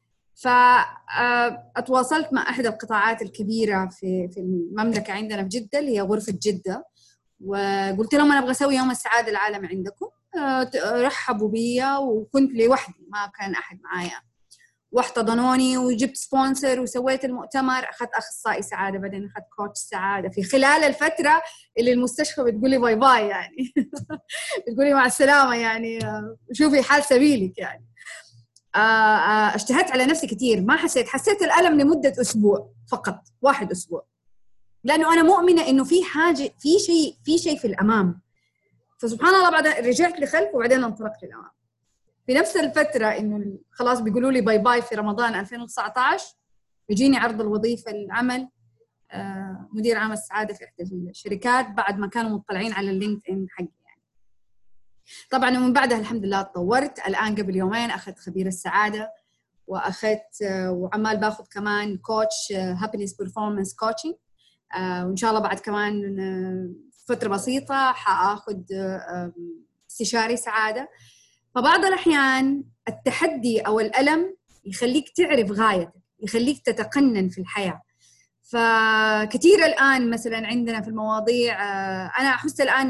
فأتواصلت مع أحد القطاعات الكبيرة في في المملكة عندنا في جدة اللي هي غرفة جدة، وقلت لهم أنا أبغى أسوي يوم السعادة العالمي عندكم. رحبوا بي وكنت لوحدي ما كان أحد معايا، واحتضنوني وجبت سبونسر وسويت المؤتمر. أخذت أخصائي سعادة، بعدين أخذت كوتش سعادة في خلال الفترة اللي المستشفى بتقولي باي باي يعني بتقولي مع السلامة يعني شوفي حال سبيلك يعني. اجتهدت على نفسي كتير، ما حسيت حسيت الألم لمدة أسبوع فقط، واحد أسبوع، لأنه أنا مؤمنة إنه في حاجة في شيء في شيء في الأمام. فسبحان الله بعد رجعت لخلف وبعدين انطلقت للأمام. في نفس الفترة إنه خلاص بيقولوا لي باي باي في رمضان ألفين وتسعة عشر يجيني عرض الوظيفة العمل مدير عام السعادة في إحدى الشركات بعد ما كانوا مطلعين على اللينكد إن حقي يعني. طبعاً ومن بعدها الحمد لله تطورت. الآن قبل يومين أخذت خبير السعادة، وأخذت وعمال باخذ كمان كوتش هابينس بيرفورمانس كوتشنج، وإن شاء الله بعد كمان فترة بسيطة حأخذ استشاري سعادة. فبعض الأحيان التحدي أو الألم يخليك تعرف غايتك، يخليك تتقنن في الحياة. فكثير الآن مثلا عندنا في المواضيع أنا أحس الآن إنه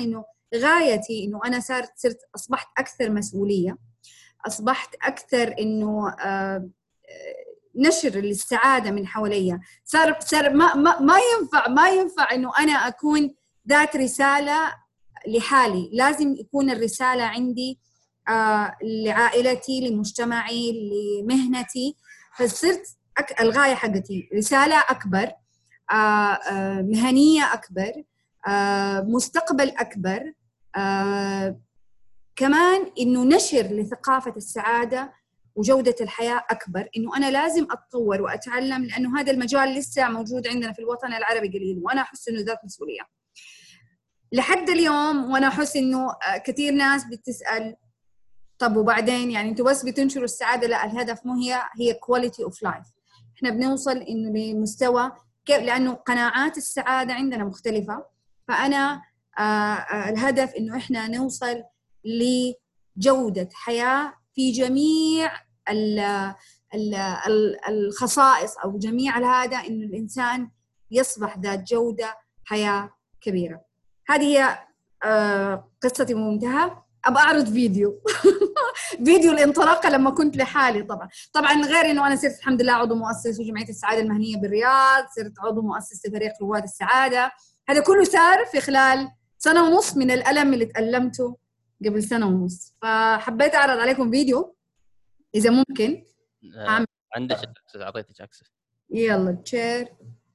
غايتي إنه أنا صارت صرت أصبحت أكثر مسؤولية، أصبحت أكثر إنه آه نشر للسعادة من حواليا. صار صار ما ما ما ينفع ما ينفع إنه أنا أكون ذات رسالة لحالي، لازم يكون الرسالة عندي آه لعائلتي، لمجتمعي، لمهنتي. فصرت أك... الغاية حقتي رسالة أكبر، آه آه مهنية أكبر، آه مستقبل أكبر، آه كمان إنه نشر لثقافة السعادة وجودة الحياة أكبر. إنه أنا لازم أتطور وأتعلم، لأنه هذا المجال لسه موجود عندنا في الوطن العربي قليل، وأنا أحس إنه ذات مسؤولية لحد اليوم. وأنا أحس إنه كثير ناس بتسأل طب وبعدين، يعني أنتوا بس بتنشروا السعادة؟ لا، الهدف مو هي هي quality of life. إحنا بنوصل إنه لمستوى كيف، لأنه قناعات السعادة عندنا مختلفة. فأنا آه آه الهدف إنه إحنا نوصل لجودة حياة في جميع ال ال ال الخصائص أو جميع هذا، إنه الإنسان يصبح ذات جودة حياة كبيرة. هذه هي آه قصتي بمنتهى. أبى أعرض فيديو فيديو الانطلاقة لما كنت لحالي. طبعا طبعا غير إنه أنا صرت الحمد لله عضو مؤسس وجمعية السعادة المهنية بالرياض، صرت عضو مؤسس لفريق رواد السعادة. هذا كله صار في خلال سنة ونص من الألم اللي تألمته قبل سنة ونص. فحبيت أعرض عليكم فيديو إذا ممكن.
آه عندك أكسس، أعطيتك أكسس.
يلا تشير.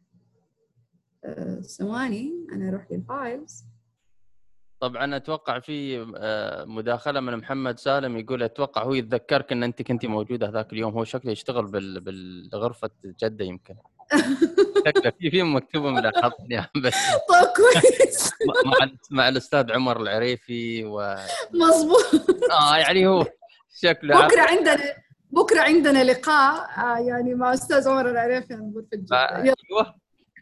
ثواني أه أنا أروح للفايلز.
طبعا أتوقع في مداخلة من محمد سالم يقول أتوقع هو يتذكرك أن أنت كنتي موجودة ذاك اليوم. هو شكله يشتغل بال... بالغرفة جدة يمكن. شكله في في مكتوبة ملاحظني بس.
طيب كويس.
مع مع الأستاذ عمر العريفي و.
مظبوط.
آه يعني هو شكله.
بكرة عندنا بكرة عندنا لقاء آه يعني مع أستاذ عمر العريفي عن غرفة جدة.
أيوه.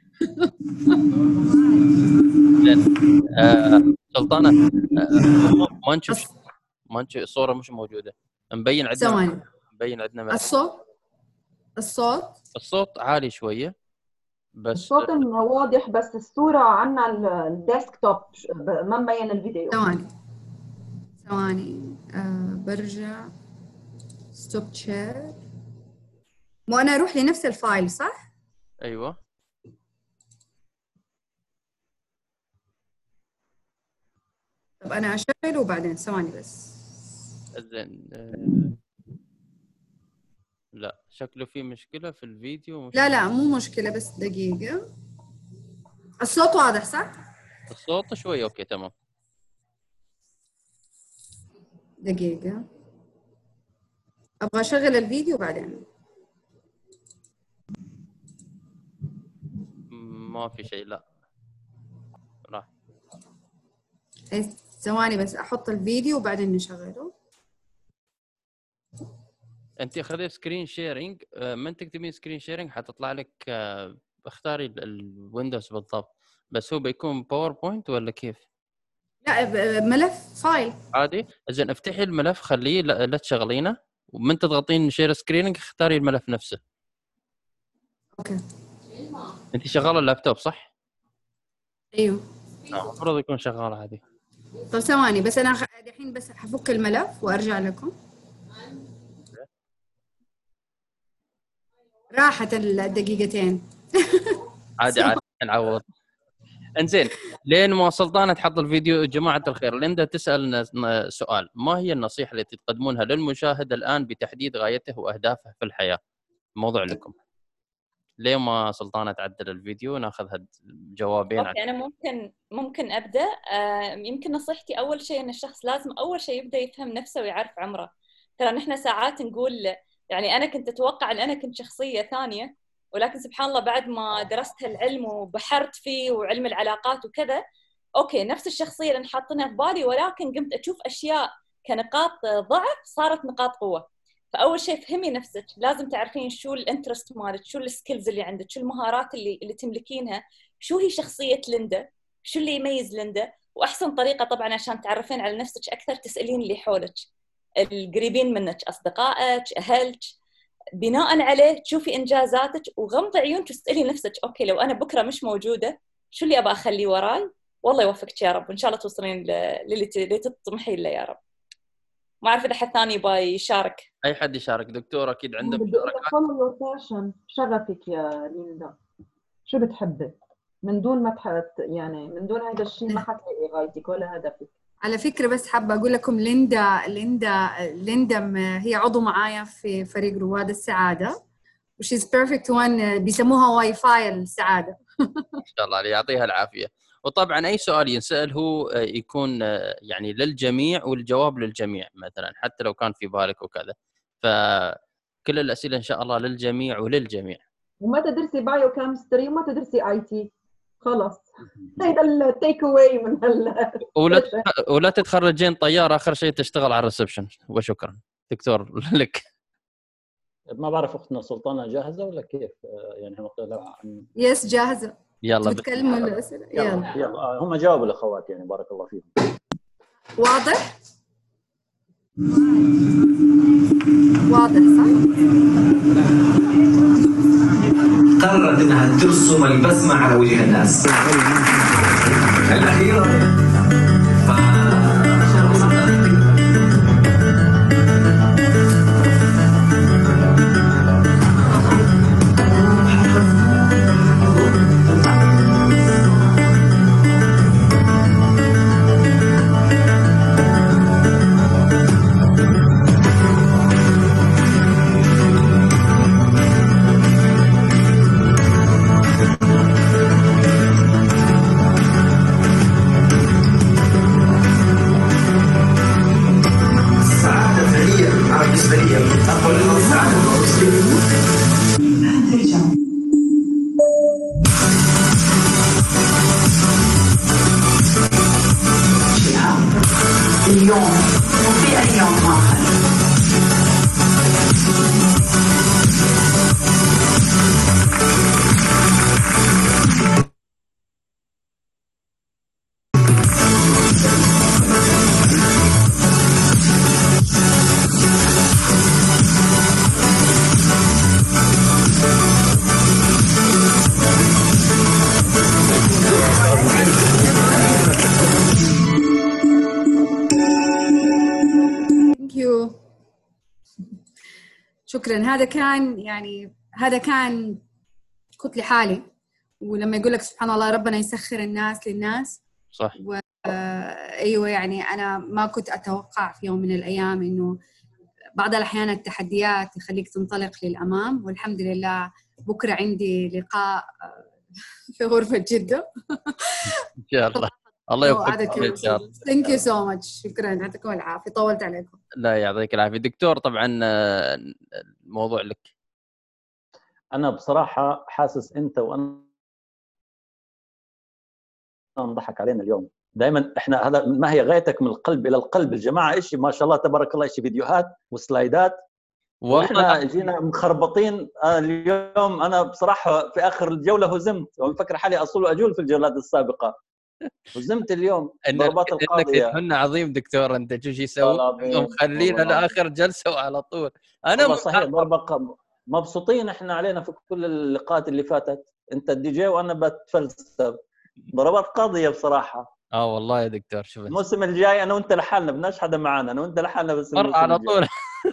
آه سلطانة آه ما نشوف ما نشوف الصورة مش موجودة. مبين عندنا
ثواني.
مبين عندنا
الصوت الصوت
الصوت عالي شوية بس
الصوت واضح بس الصورة عنا الديسكتوب ما مبين الفيديو.
ثواني ثواني آه برجع ستوب شير. وأنا أروح لنفس الفايل صح؟
أيوة.
طب أنا أشغل وبعدين ثواني بس.
زين آه... لا شكله في مشكلة في الفيديو. مشكلة.
لا لا مو مشكلة بس دقيقة. الصوت واضح صح؟
الصوت شوي أوكي تمام.
دقيقة أبغى أشغل الفيديو بعدين.
ما في شيء لا راح.
ثواني بس أحط الفيديو وبعدين نشغله.
أنت خذي سكرين شيرينج من تكتبين سكرين شيرينج حتطلع لك اختاري الويندوز بالضبط. بس هو بيكون باوربوينت ولا كيف؟
لا ملف فايل
عادي. إذن افتحي الملف خليه لا, لا تشغلينه ومن تضغطين شير سكرينينج اختاري الملف نفسه.
اوكي.
انت شغاله اللابتوب صح؟
ايوه.
المفروض يكون شغال عادي.
طب ثواني بس انا الحين بس حفك الملف وارجع لكم. راحت الدقيقتين.
عادي عادي نعوض. انزين لين ما سلطانة تحط الفيديو. جماعة الخير ليندا تسأل سؤال: ما هي النصيحة التي تقدمونها للمشاهد الآن بتحديد غايته وأهدافه في الحياة؟ موضوع لكم. ليه ما سلطانة تعدل الفيديو ناخذ جوابين.
أوكي أنا ممكن ممكن أبدأ. آه يمكن نصيحتي أول شيء إن الشخص لازم أول شيء يبدأ يفهم نفسه ويعرف عمره. ترى نحن ساعات نقول يعني أنا كنت أتوقع أن أنا كنت شخصية ثانية، ولكن سبحان الله بعد ما درست العلم وبحرت فيه وعلم العلاقات وكذا، أوكي نفس الشخصية اللي حاطينها في بالي، ولكن قمت أشوف أشياء كنقاط ضعف صارت نقاط قوة. فأول شيء فهمي نفسك، لازم تعرفين شو الانترست مالك، شو السكيلز اللي عندك، شو المهارات اللي اللي تملكينها، شو هي شخصية ليندا، شو اللي يميز ليندا. وأحسن طريقة طبعاً عشان تعرفين على نفسك أكثر تسألين اللي حولك، القريبين منك، أصدقائك، أهلك. بناء عليه تشوفي إنجازاتك وغمض عيونك وتسألي نفسك أوكي لو أنا بكرة مش موجودة شو اللي أبغى أخليه وراي والله يوفقك يا رب، وإن شاء الله توصلين للي اللي تطمحين له يا رب. ما أعرف إذا حد ثاني يبغى يشارك.
اي حد يشارك. دكتور اكيد عنده
بدي اقول لك follow your passion، شغفك يا ليندا، شو بتحبي من دون ما تحط يعني من دون هذا الشيء ما حتلاقي غايتك ولا هدفك.
على فكرة بس حابة أقول لكم ليندا ليندا ليندا هي عضو معايا في فريق رواد السعادة، وشيز بيرفكت وان، بيسموها واي فاي السعادة.
ان شاء الله يعطيها العافية. وطبعا اي سؤال ينسأل هو يكون يعني للجميع والجواب للجميع مثلا، حتى لو كان في بالك وكذا، فكل الأسئلة ان شاء الله للجميع وللجميع.
وما تدرسي بايو كيمستري وما تدرسي اي تي، خلاص هيدا التيك اواي من هال
ولا ولا تتخرجين طيار اخر شيء تشتغل على الريسبشن. وشكرا دكتور لك.
ما بعرف اختنا سلطانه جاهزه ولا كيف يعني؟ هم
يس جاهزه.
يلا
بتكلموا الاسئله.
يلا يلا هم جاوبوا الاخوات يعني. بارك الله فيهم.
واضح واضح صح؟
قررت انها ترسم البسمه على وجه الناس الاخيره. ف
اليوم وفي أي يوم آخر.
شكرا. هذا كان يعني هذا كان كنت لحالي، ولما يقول لك سبحان الله ربنا يسخر الناس للناس
صح.
و... ايوه يعني انا ما كنت اتوقع في يوم من الايام انه بعض الاحيان التحديات تخليك تنطلق للامام، والحمد لله بكره عندي لقاء في غرفه جده
ان شاء الله. الله يوفقك ان شاء الله.
ثانك يو سو ماتش. شكرا، يعطيكم العافيه. طولت عليكم.
لا يعطيك العافيه دكتور. طبعا الموضوع لك.
انا بصراحه حاسس انت وانا نضحك علينا اليوم. دائما احنا هذا ما هي غايتك من القلب الى القلب الجماعه. شيء ما شاء الله تبارك الله، شيء فيديوهات وسلايدات، واحنا جينا مخربطين. اليوم انا بصراحه في اخر الجوله هزمت، ومفكر حالي اصول واجول في الجولات السابقه. هزمت اليوم ضربات القاضيه.
انك تهن عظيم دكتور. انت شو يسوي مخلينا لاخر جلسه وعلى طول. انا
صحيح ضربه. مبسوطين احنا علينا في كل اللقاءات اللي فاتت. انت الدي جي وانا بتفلسف. ضربات قاضيه بصراحه.
اه والله يا دكتور. شوف
الموسم الجاي انا وانت لحالنا، بدناش حدا معانا، انا وانت لحالنا بس
مر على طول.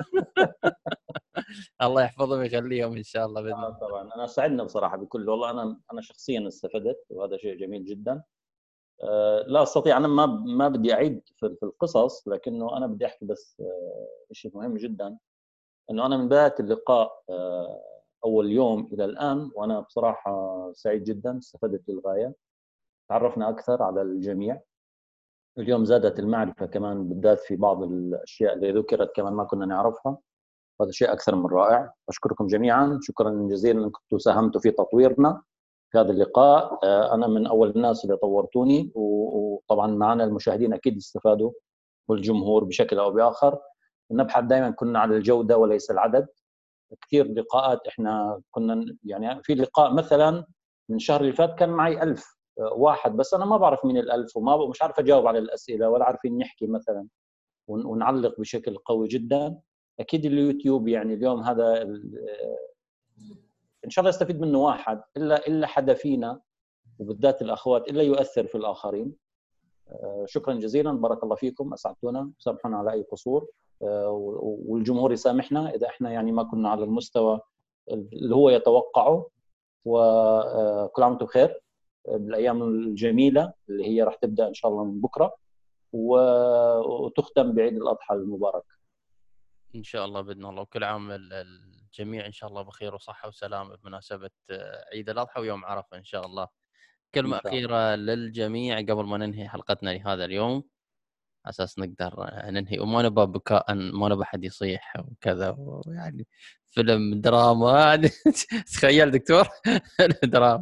الله يحفظهم ويخليهم ان شاء الله باذن الله.
آه طبعا انا سعدنا بصراحه بكل. والله انا انا شخصيا استفدت، وهذا شيء جميل جدا. أه لا استطيع، انا ما ما بدي اعيد في, في القصص، لكنه انا بدي احكي بس أه شيء مهم جدا، انه انا من بدايه اللقاء أه اول يوم الى الان وانا بصراحه سعيد جدا، استفدت للغايه، تعرفنا اكثر على الجميع. اليوم زادت المعرفه كمان، بالذات في بعض الاشياء اللي ذكرت كمان ما كنا نعرفها. هذا شيء اكثر من رائع. اشكركم جميعا، شكرا جزيلا انكم ساهمتوا في تطويرنا في هذا اللقاء. انا من اول الناس اللي طورتوني، وطبعا معنا المشاهدين اكيد استفادوا، والجمهور بشكل او باخر. نبحث دائما كنا على الجوده وليس العدد. كثير لقاءات احنا كنا يعني في لقاء مثلا من الشهر اللي فات كان معي ألف واحد، بس انا ما بعرف مين الألف، وما مش عارف اجاوب على الاسئله ولا عارفين نحكي مثلا ونعلق بشكل قوي جدا. اكيد اليوتيوب يعني اليوم هذا ان شاء الله يستفيد منه واحد، الا الا حدا فينا وبالذات الأخوات إلا يؤثر في الآخرين. شكرا جزيلا، بارك الله فيكم، أسعدتونا، سامحونا على أي قصور، والجمهور يسامحنا إذا إحنا يعني ما كنا على المستوى اللي هو يتوقعه. وكل عام وانتم بخير بالأيام الجميلة اللي هي راح تبدأ إن شاء الله من بكرة وتختم بعيد الأضحى المبارك
ان شاء الله باذن الله. وكل عام الجميع ان شاء الله بخير وصحه وسلامه بمناسبه عيد الاضحى ويوم عرفه ان شاء الله. كلمه اخيره للجميع قبل ما ننهي حلقتنا لهذا اليوم، اساس نقدر ننهي وما نبى بكاء، ما نبى حد يصيح وكذا، ويعني فيلم دراما. تخيل دكتور دراما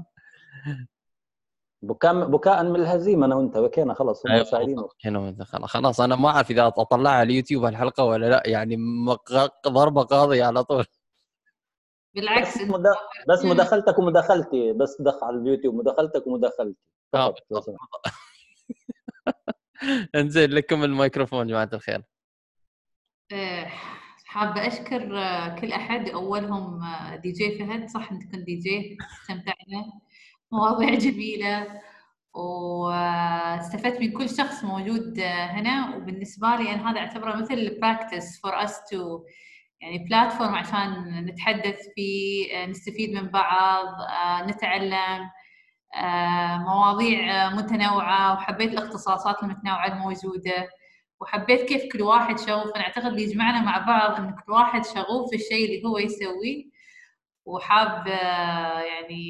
بكاء بكاء من الهزيمه. انا وانت بكينا خلاص، هم شاعرين
هنا خلاص. انا ما اعرف اذا اطلعها على اليوتيوب الحلقه ولا لا، يعني ضربه قاضيه على طول.
بالعكس
بس, مد... بس مداخلتك ومداخلتي، بس دخل على اليوتيوب مداخلتك ومداخلتي فقط.
انزين لكم الميكروفون جماعه الخير.
حابه اشكر كل احد، اولهم دي جي فهد. صح انت كنت دي جي، استمتعنا، مواضيع جميله واستفدت من كل شخص موجود هنا. وبالنسبه لي انا هذا اعتبره مثل براكتس فور اس تو، يعني بلاتفورم عشان نتحدث فيه، نستفيد من بعض، نتعلم مواضيع متنوعه. وحبيت الاختصاصات المتنوعه الموجوده، وحبيت كيف كل واحد شغوف. انا اعتقد اللي يجمعنا مع بعض ان كل واحد شغوف في الشيء اللي هو يسويه، وحاب يعني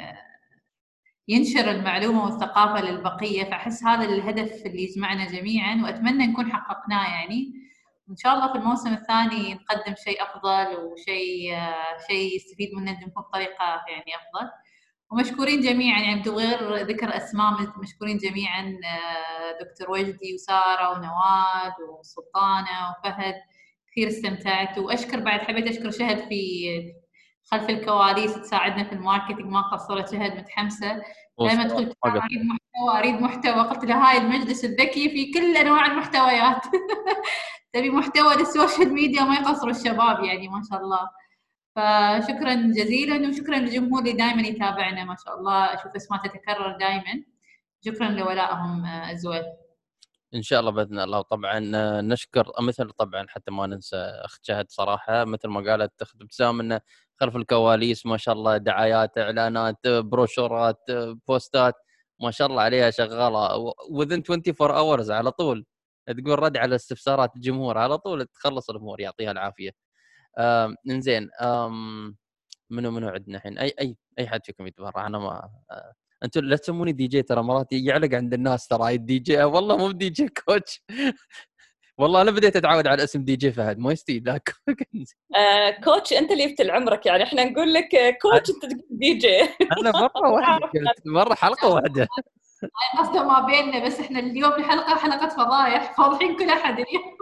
ينشر المعلومة والثقافة للبقية. فأحس هذا الهدف اللي يجمعنا جميعاً، وأتمنى نكون حققناه يعني. إن شاء الله في الموسم الثاني نقدم شيء أفضل وشيء شيء يستفيد منه الجمهور بطريقة يعني أفضل. ومشكورين جميعاً، يعني بدون غير ذكر أسماء، مشكورين جميعاً دكتور وجدي وسارة ونواد وسلطانة وفهد، كثير استمتعت. وأشكر بعد، حبيت أشكر شهد في خلف الكواليس تساعدنا في الماركتينج، ما قصرت شهد، متحمسه دائما تقول اريد محتوى اريد محتوى. قلت لها هاي المجلس الذكي في كل انواع المحتويات. تبي محتوى للسوشيال ميديا ما يقصروا الشباب يعني ما شاء الله. فشكرا جزيلا، وشكرا للجمهور اللي دائما يتابعنا ما شاء الله، اشوف اسماء تتكرر دائما. شكرا لولائهم الزويل
ان شاء الله باذن الله. طبعا نشكر مثل طبعا حتى ما ننسى اخت شهد صراحه، مثل ما قالت اخت ابتسام انه خلف الكواليس ما شاء الله دعايات، اعلانات، بروشورات، بوستات، ما شاء الله عليها شغاله within twenty-four hours على طول تقول رد على استفسارات الجمهور، على طول تخلص الامور، يعطيها العافيه. امم انزين امم منو منو عندنا الحين؟ اي اي اي حد فيكم يتبرع. انا ما انتوا لا تسموني دي جي، ترى مرات يعلق عند الناس ترى الدي جي، والله مو دي جي كوتش. والله انا بديت اتعود على اسم دي جي فهد، ما يستي لا
آه كوتش. انت اللي يفتل عمرك يعني، احنا نقول لك كوتش انت تقول دي جي.
انا مره واحده قلت مره حلقه واحده
قصده ما بيننا، بس احنا اليوم الحلقه حلقه فضايح، فاضحين كل احد اليوم.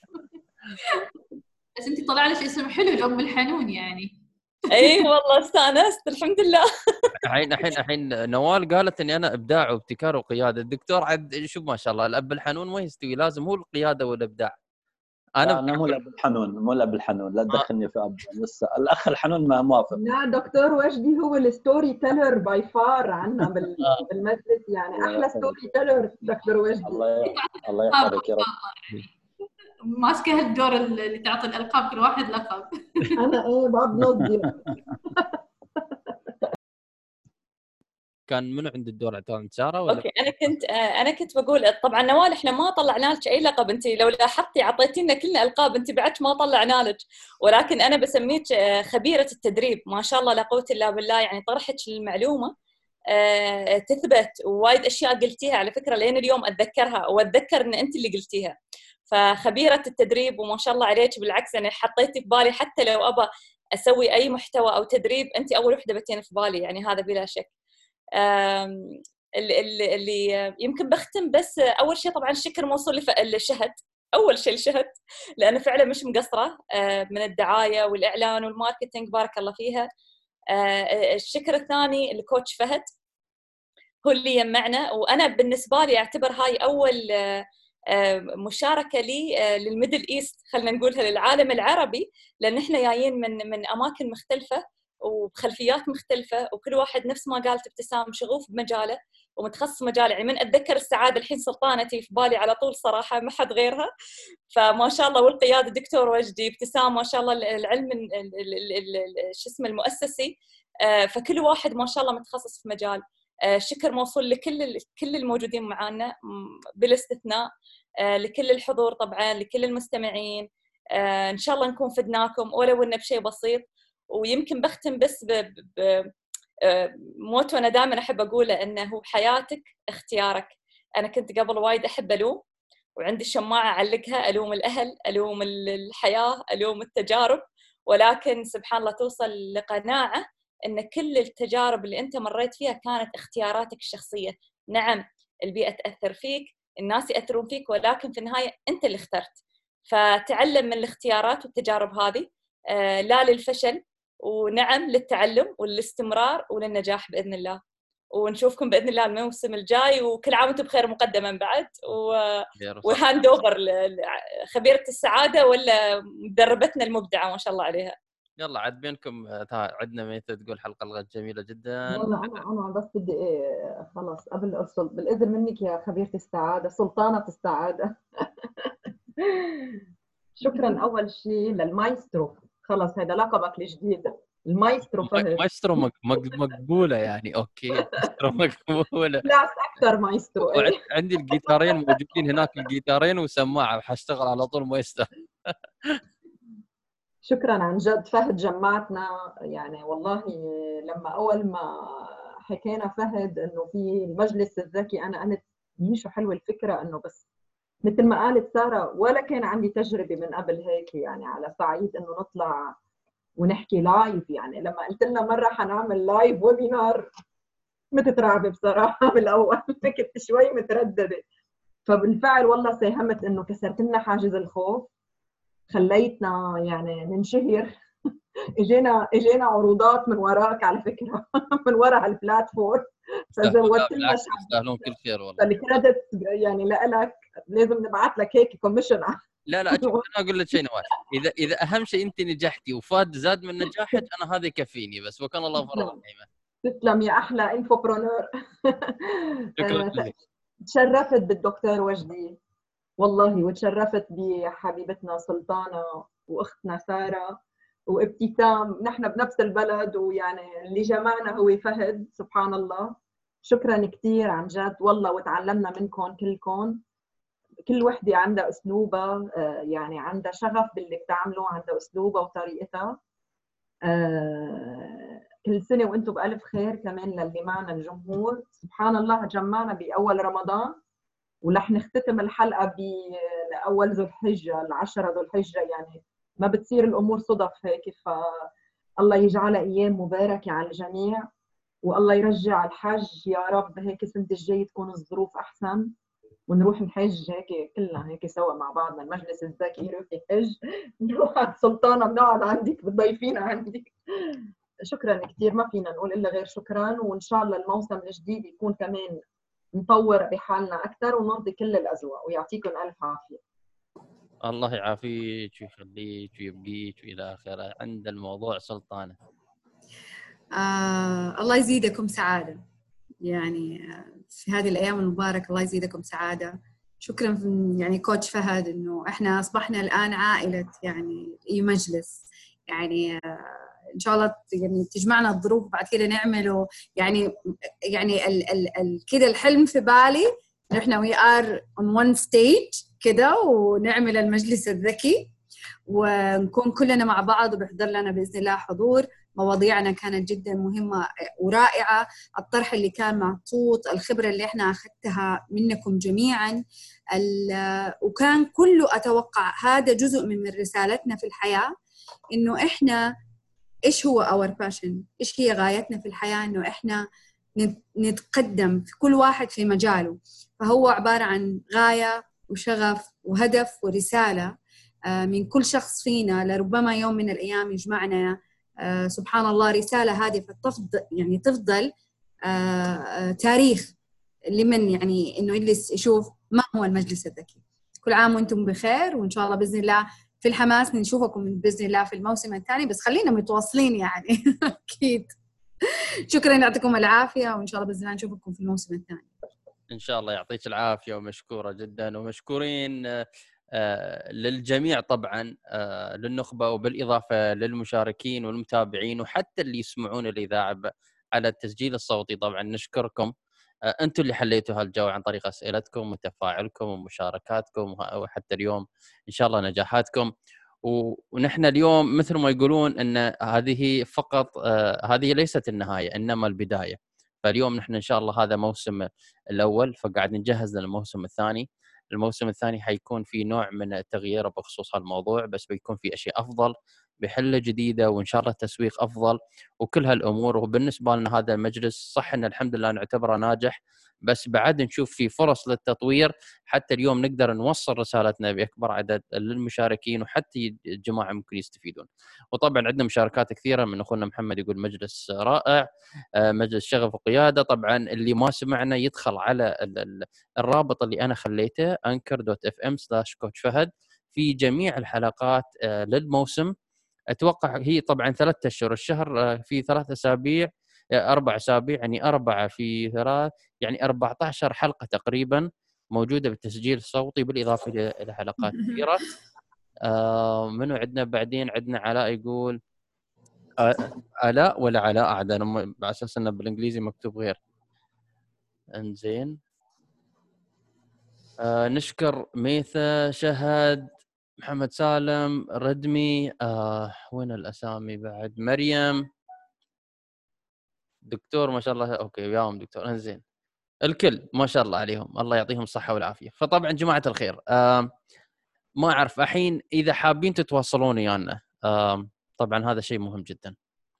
بس انت طلع لك اسم حلو، الام الحنون يعني.
اي والله استانست الحمد لله.
الحين الحين الحين نوال قالت اني انا ابداع وابتكار وقياده. الدكتور عاد شوف ما شاء الله الاب الحنون ما يستوي، لازم هو القياده والابداع.
انا انا مو الاب الحنون، مو الاب الحنون، لا تدخلني في اب لسه. الاخ الحنون ما موافق.
لا دكتور وجدي هو الستوري تيلر باي فار عنا بالمجلس، يعني احلى ستوري تيلر دكتور وجدي.
الله الله يحفظك يا رب.
ماسكه هالدور اللي تعطي الالقاب كل واحد لقب.
انا ايه باب نضي.
كان منو عند الدور؟ عند ساره ولا؟
اوكي انا كنت انا كنت بقول طبعا نوال احنا ما طلعنا لك اي لقب، انت لو لاحظتي اعطيتينا كلنا القاب، انت بعد ما طلعنا لك، ولكن انا بسميك خبيره التدريب ما شاء الله لا قوه الا بالله. يعني طرحك المعلومه تثبت، ووايد اشياء قلتيها على فكره لين اليوم اتذكرها، واتذكر ان انت اللي قلتيها. فخبيره التدريب وما شاء الله عليك. بالعكس انا حطيتي في بالي حتى لو ابى اسوي اي محتوى او تدريب انت اول وحده بتين في بالي، يعني هذا بلا شك. اللي, اللي يمكن بختم بس اول شيء طبعا الشكر موصول لشهد، اول شيء لشهد لانه فعلا مش مقصره من الدعايه والاعلان والماركتينج، بارك الله فيها. الشكر الثاني لكوتش فهد، هو اللي يجمعنا، وانا بالنسبه لي اعتبر هاي اول مشاركه لي للميدل ايست، خلينا نقولها للعالم العربي، لان احنا جايين من من اماكن مختلفه وبخلفيات مختلفة، وكل واحد نفس ما قالت ابتسام شغوف بمجاله ومتخصص مجاله. يعني من أتذكر السعادة الحين سلطانتي في بالي على طول صراحة، ما حد غيرها. فما شاء الله، والقيادة دكتور وجدي، ابتسام ما شاء الله العلم شو اسمه المؤسسي. فكل واحد ما شاء الله متخصص في مجال. شكر موصول لكل كل الموجودين معنا بلا استثناء، لكل الحضور طبعا، لكل المستمعين. إن شاء الله نكون فدناكم ولو إنه بشيء بسيط. ويمكن بختم بس ب... ب... موتو أنا دائما أحب أقوله، أنه حياتك اختيارك. أنا كنت قبل وايد أحب ألوم، وعندي شماعة أعلقها، ألوم الأهل، ألوم الحياة، ألوم التجارب. ولكن سبحان الله توصل لقناعة أن كل التجارب اللي أنت مريت فيها كانت اختياراتك الشخصية. نعم البيئة تأثر فيك، الناس يأثرون فيك، ولكن في النهاية أنت اللي اخترت. فتعلم من الاختيارات والتجارب هذه، آه لا للفشل، ونعم للتعلم والاستمرار وللنجاح بإذن الله. ونشوفكم بإذن الله الموسم الجاي، وكل عام وانتم بخير مقدما بعد. و... وهاند اوفر خبيرة السعادة ولا مدربتنا المبدعة ما شاء الله عليها.
يلا عاد بينكم عندنا ميتة تقول حلقة الغد جميلة جدا.
والله أنا أنا بس بدي إيه خلاص قبل أرسل بالإذن منك يا خبيرة السعادة، سلطانة السعادة. شكرا أول شيء للمايسترو، خلاص هذا لقبك الجديد، المايسترو فهد.
مايسترو مقبولة يعني، أوكي مايسترو مقبولة.
لا أكثر مايسترو.
عندي الجيتارين موجودين هناك، الجيتارين وسماعة، حاشتغل على طول مايسترو.
شكرا عن جد فهد، جمعتنا يعني. والله لما أول ما حكينا فهد إنه في المجلس الذكي، أنا قلت شو حلوة الفكرة، إنه بس مثل ما قالت سارة، ولا كان عندي تجربة من قبل هيك يعني على صعيد إنه نطلع ونحكي لايف. يعني لما قلت لنا مرة حنعمل لايف ويبينار متترعبة بصراحة بالأول، كنت شوي مترددة. فبالفعل والله ساهمت إنه كسرت لنا حاجز الخوف، خليتنا يعني ننشهر. اجينا اجينا عروضات من وراك على فكرة، من وراء هالبلاتفورم، فزودت لنا
يستاهلون كل خير والله.
الكريدت يعني لك، لازم نبعث لك هيك كوميشن.
لا لا انا اقول لك شيء نواف، اذا اذا اهم شيء انت نجحتي وفاد زاد من نجاحك، انا هذا يكفيني بس، وكان الله غفور رحيم.
تسلم يا احلى انفوبرونور.
شكرا.
تشرفت بالدكتور وجدي والله، وتشرفت بحبيبتنا سلطانة واختنا سارة وابتسام، نحن بنفس البلد، ويعني اللي جمعنا هو فهد. سبحان الله. شكرا كثير عن جد والله، وتعلمنا منكم كلكم. كل وحدة عندها أسلوبها، يعني عندها شغف باللي بتعمله، عندها أسلوبها وطريقتها. كل سنة وانتم بألف خير كمان للي معنا الجمهور. سبحان الله جمعنا بأول رمضان، ورح نختتم الحلقة بأول ذو الحجة، العشرة ذو الحجة، يعني ما بتصير الأمور صدف هيك. فالله يجعلها أيام مباركة على الجميع، والله يرجع الحج يا رب. هيك السنة الجاية تكون الظروف أحسن، ونروح نحج هيك كلنا هيك سوا مع بعضنا، المجلس الذكي يروح يحج، نروح على السلطانة بنقعد عندك بتضيفينا عندك. شكرا كثير، ما فينا نقول إلا غير شكرا. وإن شاء الله الموسم الجديد يكون كمان نطور بحالنا أكثر ونرضي كل الأذواق، ويعطيكم ألف عافية.
الله يعافيك ويخليك ويبقيك وإلى آخره. عند الموضوع سلطانة.
آه الله يزيدكم سعادة يعني في هذه الأيام المباركة، الله يزيدكم سعادة. شكرا يعني كوتش فهد، إنه إحنا أصبحنا الآن عائلة يعني أي مجلس، يعني إن شاء الله يعني تجمعنا الظروف بعد كده نعمله يعني يعني ال ال ال كده الحلم في بالي إحنا we are on one stage كده، ونعمل المجلس الذكي ونكون كلنا مع بعض، وبيحضر لنا بإذن الله حضور. مواضيعنا كانت جدا مهمة ورائعة، الطرح اللي كان معطوط، الخبرة اللي احنا أخذتها منكم جميعا، وكان كله أتوقع هذا جزء من رسالتنا في الحياة، إنه إحنا إيش هو our passion، إيش هي غايتنا في الحياة، إنه إحنا نتقدم في كل واحد في مجاله. فهو عبارة عن غاية وشغف وهدف ورسالة من كل شخص فينا، لربما يوم من الأيام يجمعنا آه سبحان الله رسالة هذه، فتفضل يعني تفضل آه آه تاريخ لمن يعني إنه يجلس يشوف ما هو المجلس الذكي. كل عام وأنتم بخير، وإن شاء الله بإذن الله في الحماس نشوفكم بإذن الله في الموسم الثاني، بس خلينا متواصلين يعني. أكيد. شكرا، يعطيكم العافية، وإن شاء الله بإذن الله نشوفكم في الموسم الثاني.
إن شاء الله يعطيك العافية، ومشكورة جدا، ومشكورين آه للجميع طبعا، آه للنخبة، وبالإضافة للمشاركين والمتابعين وحتى اللي يسمعون الإذاعة على التسجيل الصوتي. طبعا نشكركم، آه أنتم اللي حليتوا هالجو عن طريق أسئلتكم وتفاعلكم ومشاركاتكم، وحتى اليوم إن شاء الله نجاحاتكم. ونحن اليوم مثل ما يقولون أن هذه فقط آه هذه ليست النهاية إنما البداية. فاليوم نحن إن شاء الله هذا موسم الأول، فقاعد نجهز للموسم الثاني. الموسم الثاني حيكون في نوع من التغيير بخصوص هالموضوع، بس بيكون في أشياء أفضل بحلة جديدة، وإن شاء الله تسويق أفضل وكل هالأمور. وبالنسبة لنا هذا المجلس صح إن الحمد لله نعتبره ناجح، بس بعد نشوف في فرص للتطوير حتى اليوم نقدر نوصل رسالتنا بأكبر عدد للمشاركين، وحتى الجماعة ممكن يستفيدون. وطبعا عندنا مشاركات كثيرة من أخونا محمد يقول مجلس رائع، مجلس شغف وقيادة. طبعا اللي ما سمعنا يدخل على الرابط اللي أنا خليته anchor dot f m slash coach فهد في جميع الحلقات للموسم. أتوقع هي طبعا ثلاثة أشهر، الشهر في ثلاث أسابيع، أربع أسابيع، يعني أربعة في ثلاث يعني أربعة عشر حلقة تقريبا موجودة بالتسجيل الصوتي، بالإضافة إلى حلقات كثيرة. آه منو عندنا بعدين؟ عندنا علاء يقول آلاء ولا علاء أعدنا على أساس أنه بالإنجليزي مكتوب غير. انزين، آه نشكر ميثا، شهد، محمد سالم، ردمي، آه وين الأسامي بعد؟ مريم، دكتور ما شاء الله، أوكي وياهم دكتور. انزين، الكل ما شاء الله عليهم، الله يعطيهم الصحة والعافية. فطبعا جماعة الخير، آه ما أعرف الحين إذا حابين تتواصلون ويانا، آه طبعا هذا شيء مهم جدا.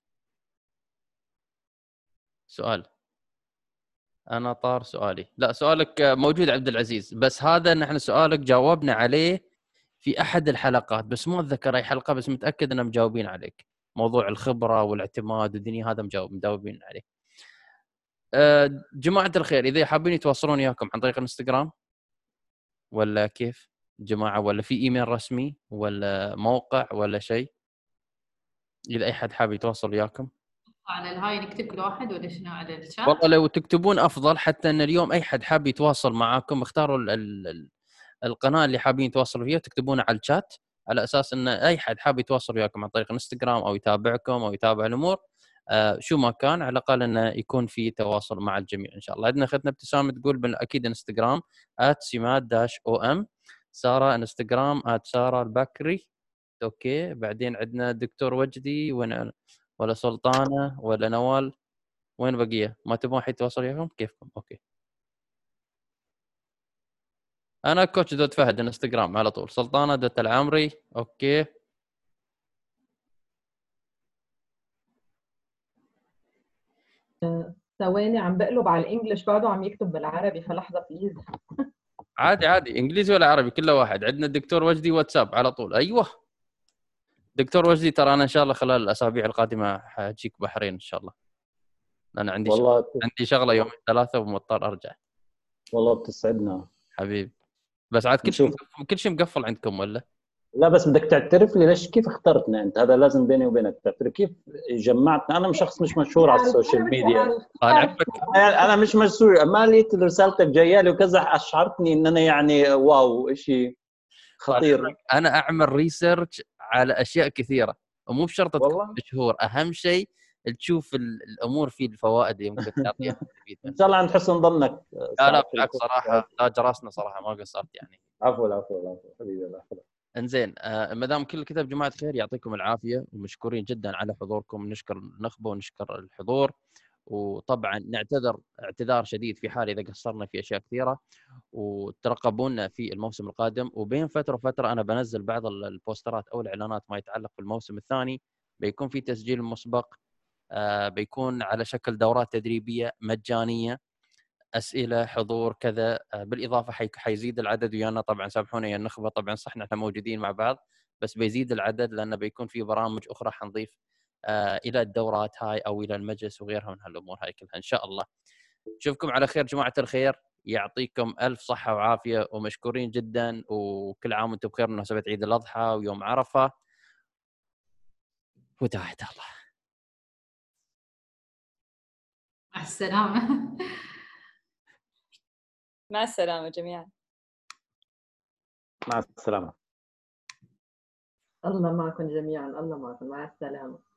سؤال، أنا طار سؤالي، لا سؤالك موجود عبد العزيز، بس هذا نحن سؤالك جاوبنا عليه في أحد الحلقات، بس مو أتذكر أي حلقة، بس متأكد أننا مجاوبين عليك. موضوع الخبرة والاعتماد والدنيا هذا مجاوب مجاوبين عليه. أه جماعة الخير، إذا حابين يتواصلون وياكم عن طريق الانستغرام ولا كيف جماعة، ولا في إيميل رسمي ولا موقع ولا شيء، إذا أي حد حاب يتواصل وياكم
على الهاي نكتب كل واحد ولا شنو على الشات؟
والله لو تكتبون أفضل، حتى أن اليوم أي حد حاب يتواصل معاكم اختاروا ال ال القناة اللي حابين يتواصلوا فيها تكتبونها على الشات، على أساس أن أي حد حاب يتواصل وياكم عن طريق الانستغرام أو يتابعكم أو يتابع الأمور، آه شو ما كان، على الأقل أنه يكون في تواصل مع الجميع إن شاء الله. عندنا أختنا ابتسام تقول أكيد انستغرام آت سمات داش أو أم، سارة انستغرام آت سارة البكري. أوكي، بعدين عندنا دكتور وجدي وين، ولا سلطانة ولا نوال، وين بقية؟ ما تبغون حد يتواصل وياكم؟ كيفكم؟ أوكي، أنا كوتش دوت فهد انستغرام على طول، سلطانة دوت العمري. أوكي،
ثواني عم بقلب على الانجليش بعده عم يكتب بالعربي، فلحظة بليز.
عادي عادي، إنجليزي ولا عربي كله واحد. عندنا الدكتور وجدي واتساب على طول. أيوة دكتور وجدي، ترى أنا إن شاء الله خلال الأسابيع القادمة حاجيك بحرين إن شاء الله، أنا عندي
والله
شغل. عندي شغلة يومين ثلاثة ومضطر أرجع.
والله بتسعدنا
حبيب، بس عاد كل شيء كل شيء مقفل عندكم ولا؟
لا بس بدك تعترف لي ليش كيف اخترتنا انت، هذا لازم بيني وبينك تعترف كيف جمعتنا. انا مش شخص مش مشهور على السوشيال ميديا، انا مش مشهور، ما لقيت رسالتك جايه لي وكذا اشعرتني ان انا يعني واو شيء خطير.
انا اعمل ريسيرش على اشياء كثيره، ومو بشرط تكون مشهور، اهم شيء تشوف الامور في الفوائد اللي ممكن تعطيها.
ان شاء الله عند حسن ظنك.
لا لا بالعكس صراحه تاج راسنا صراحه، ما قصرت يعني.
عفوا عفوا عفوا حبيبي الله يحفظك.
انزين، آه ما دام كل كتاب جماعه خير، يعطيكم العافيه ومشكورين جدا على حضوركم. نشكر النخبه ونشكر الحضور، وطبعا نعتذر اعتذار شديد في حال اذا قصرنا في اشياء كثيره، وترقبونا في الموسم القادم. وبين فتره وفتره انا بنزل بعض البوسترات او الاعلانات ما يتعلق بالموسم الثاني، بيكون في تسجيل مسبق، آه بيكون على شكل دورات تدريبيه مجانيه، اسئله، حضور، كذا. آه بالاضافه حي... حيزيد العدد ويانا طبعا، سامحونا يا النخبه، طبعا صح احنا موجودين مع بعض، بس بيزيد العدد لانه بيكون في برامج اخرى حنضيف آه الى الدورات هاي او الى المجلس وغيرها من هالامور هاي كلها ان شاء الله. نشوفكم على خير جماعه الخير، يعطيكم ألف صحة وعافية ومشكورين جدا، وكل عام وانتم بخير بمناسبة عيد الأضحى ويوم عرفة، وتحت الله.
مع السلامة.
مع السلامة جميعا.
مع السلامة.
الله معكم جميعا، الله معكم، مع السلامة.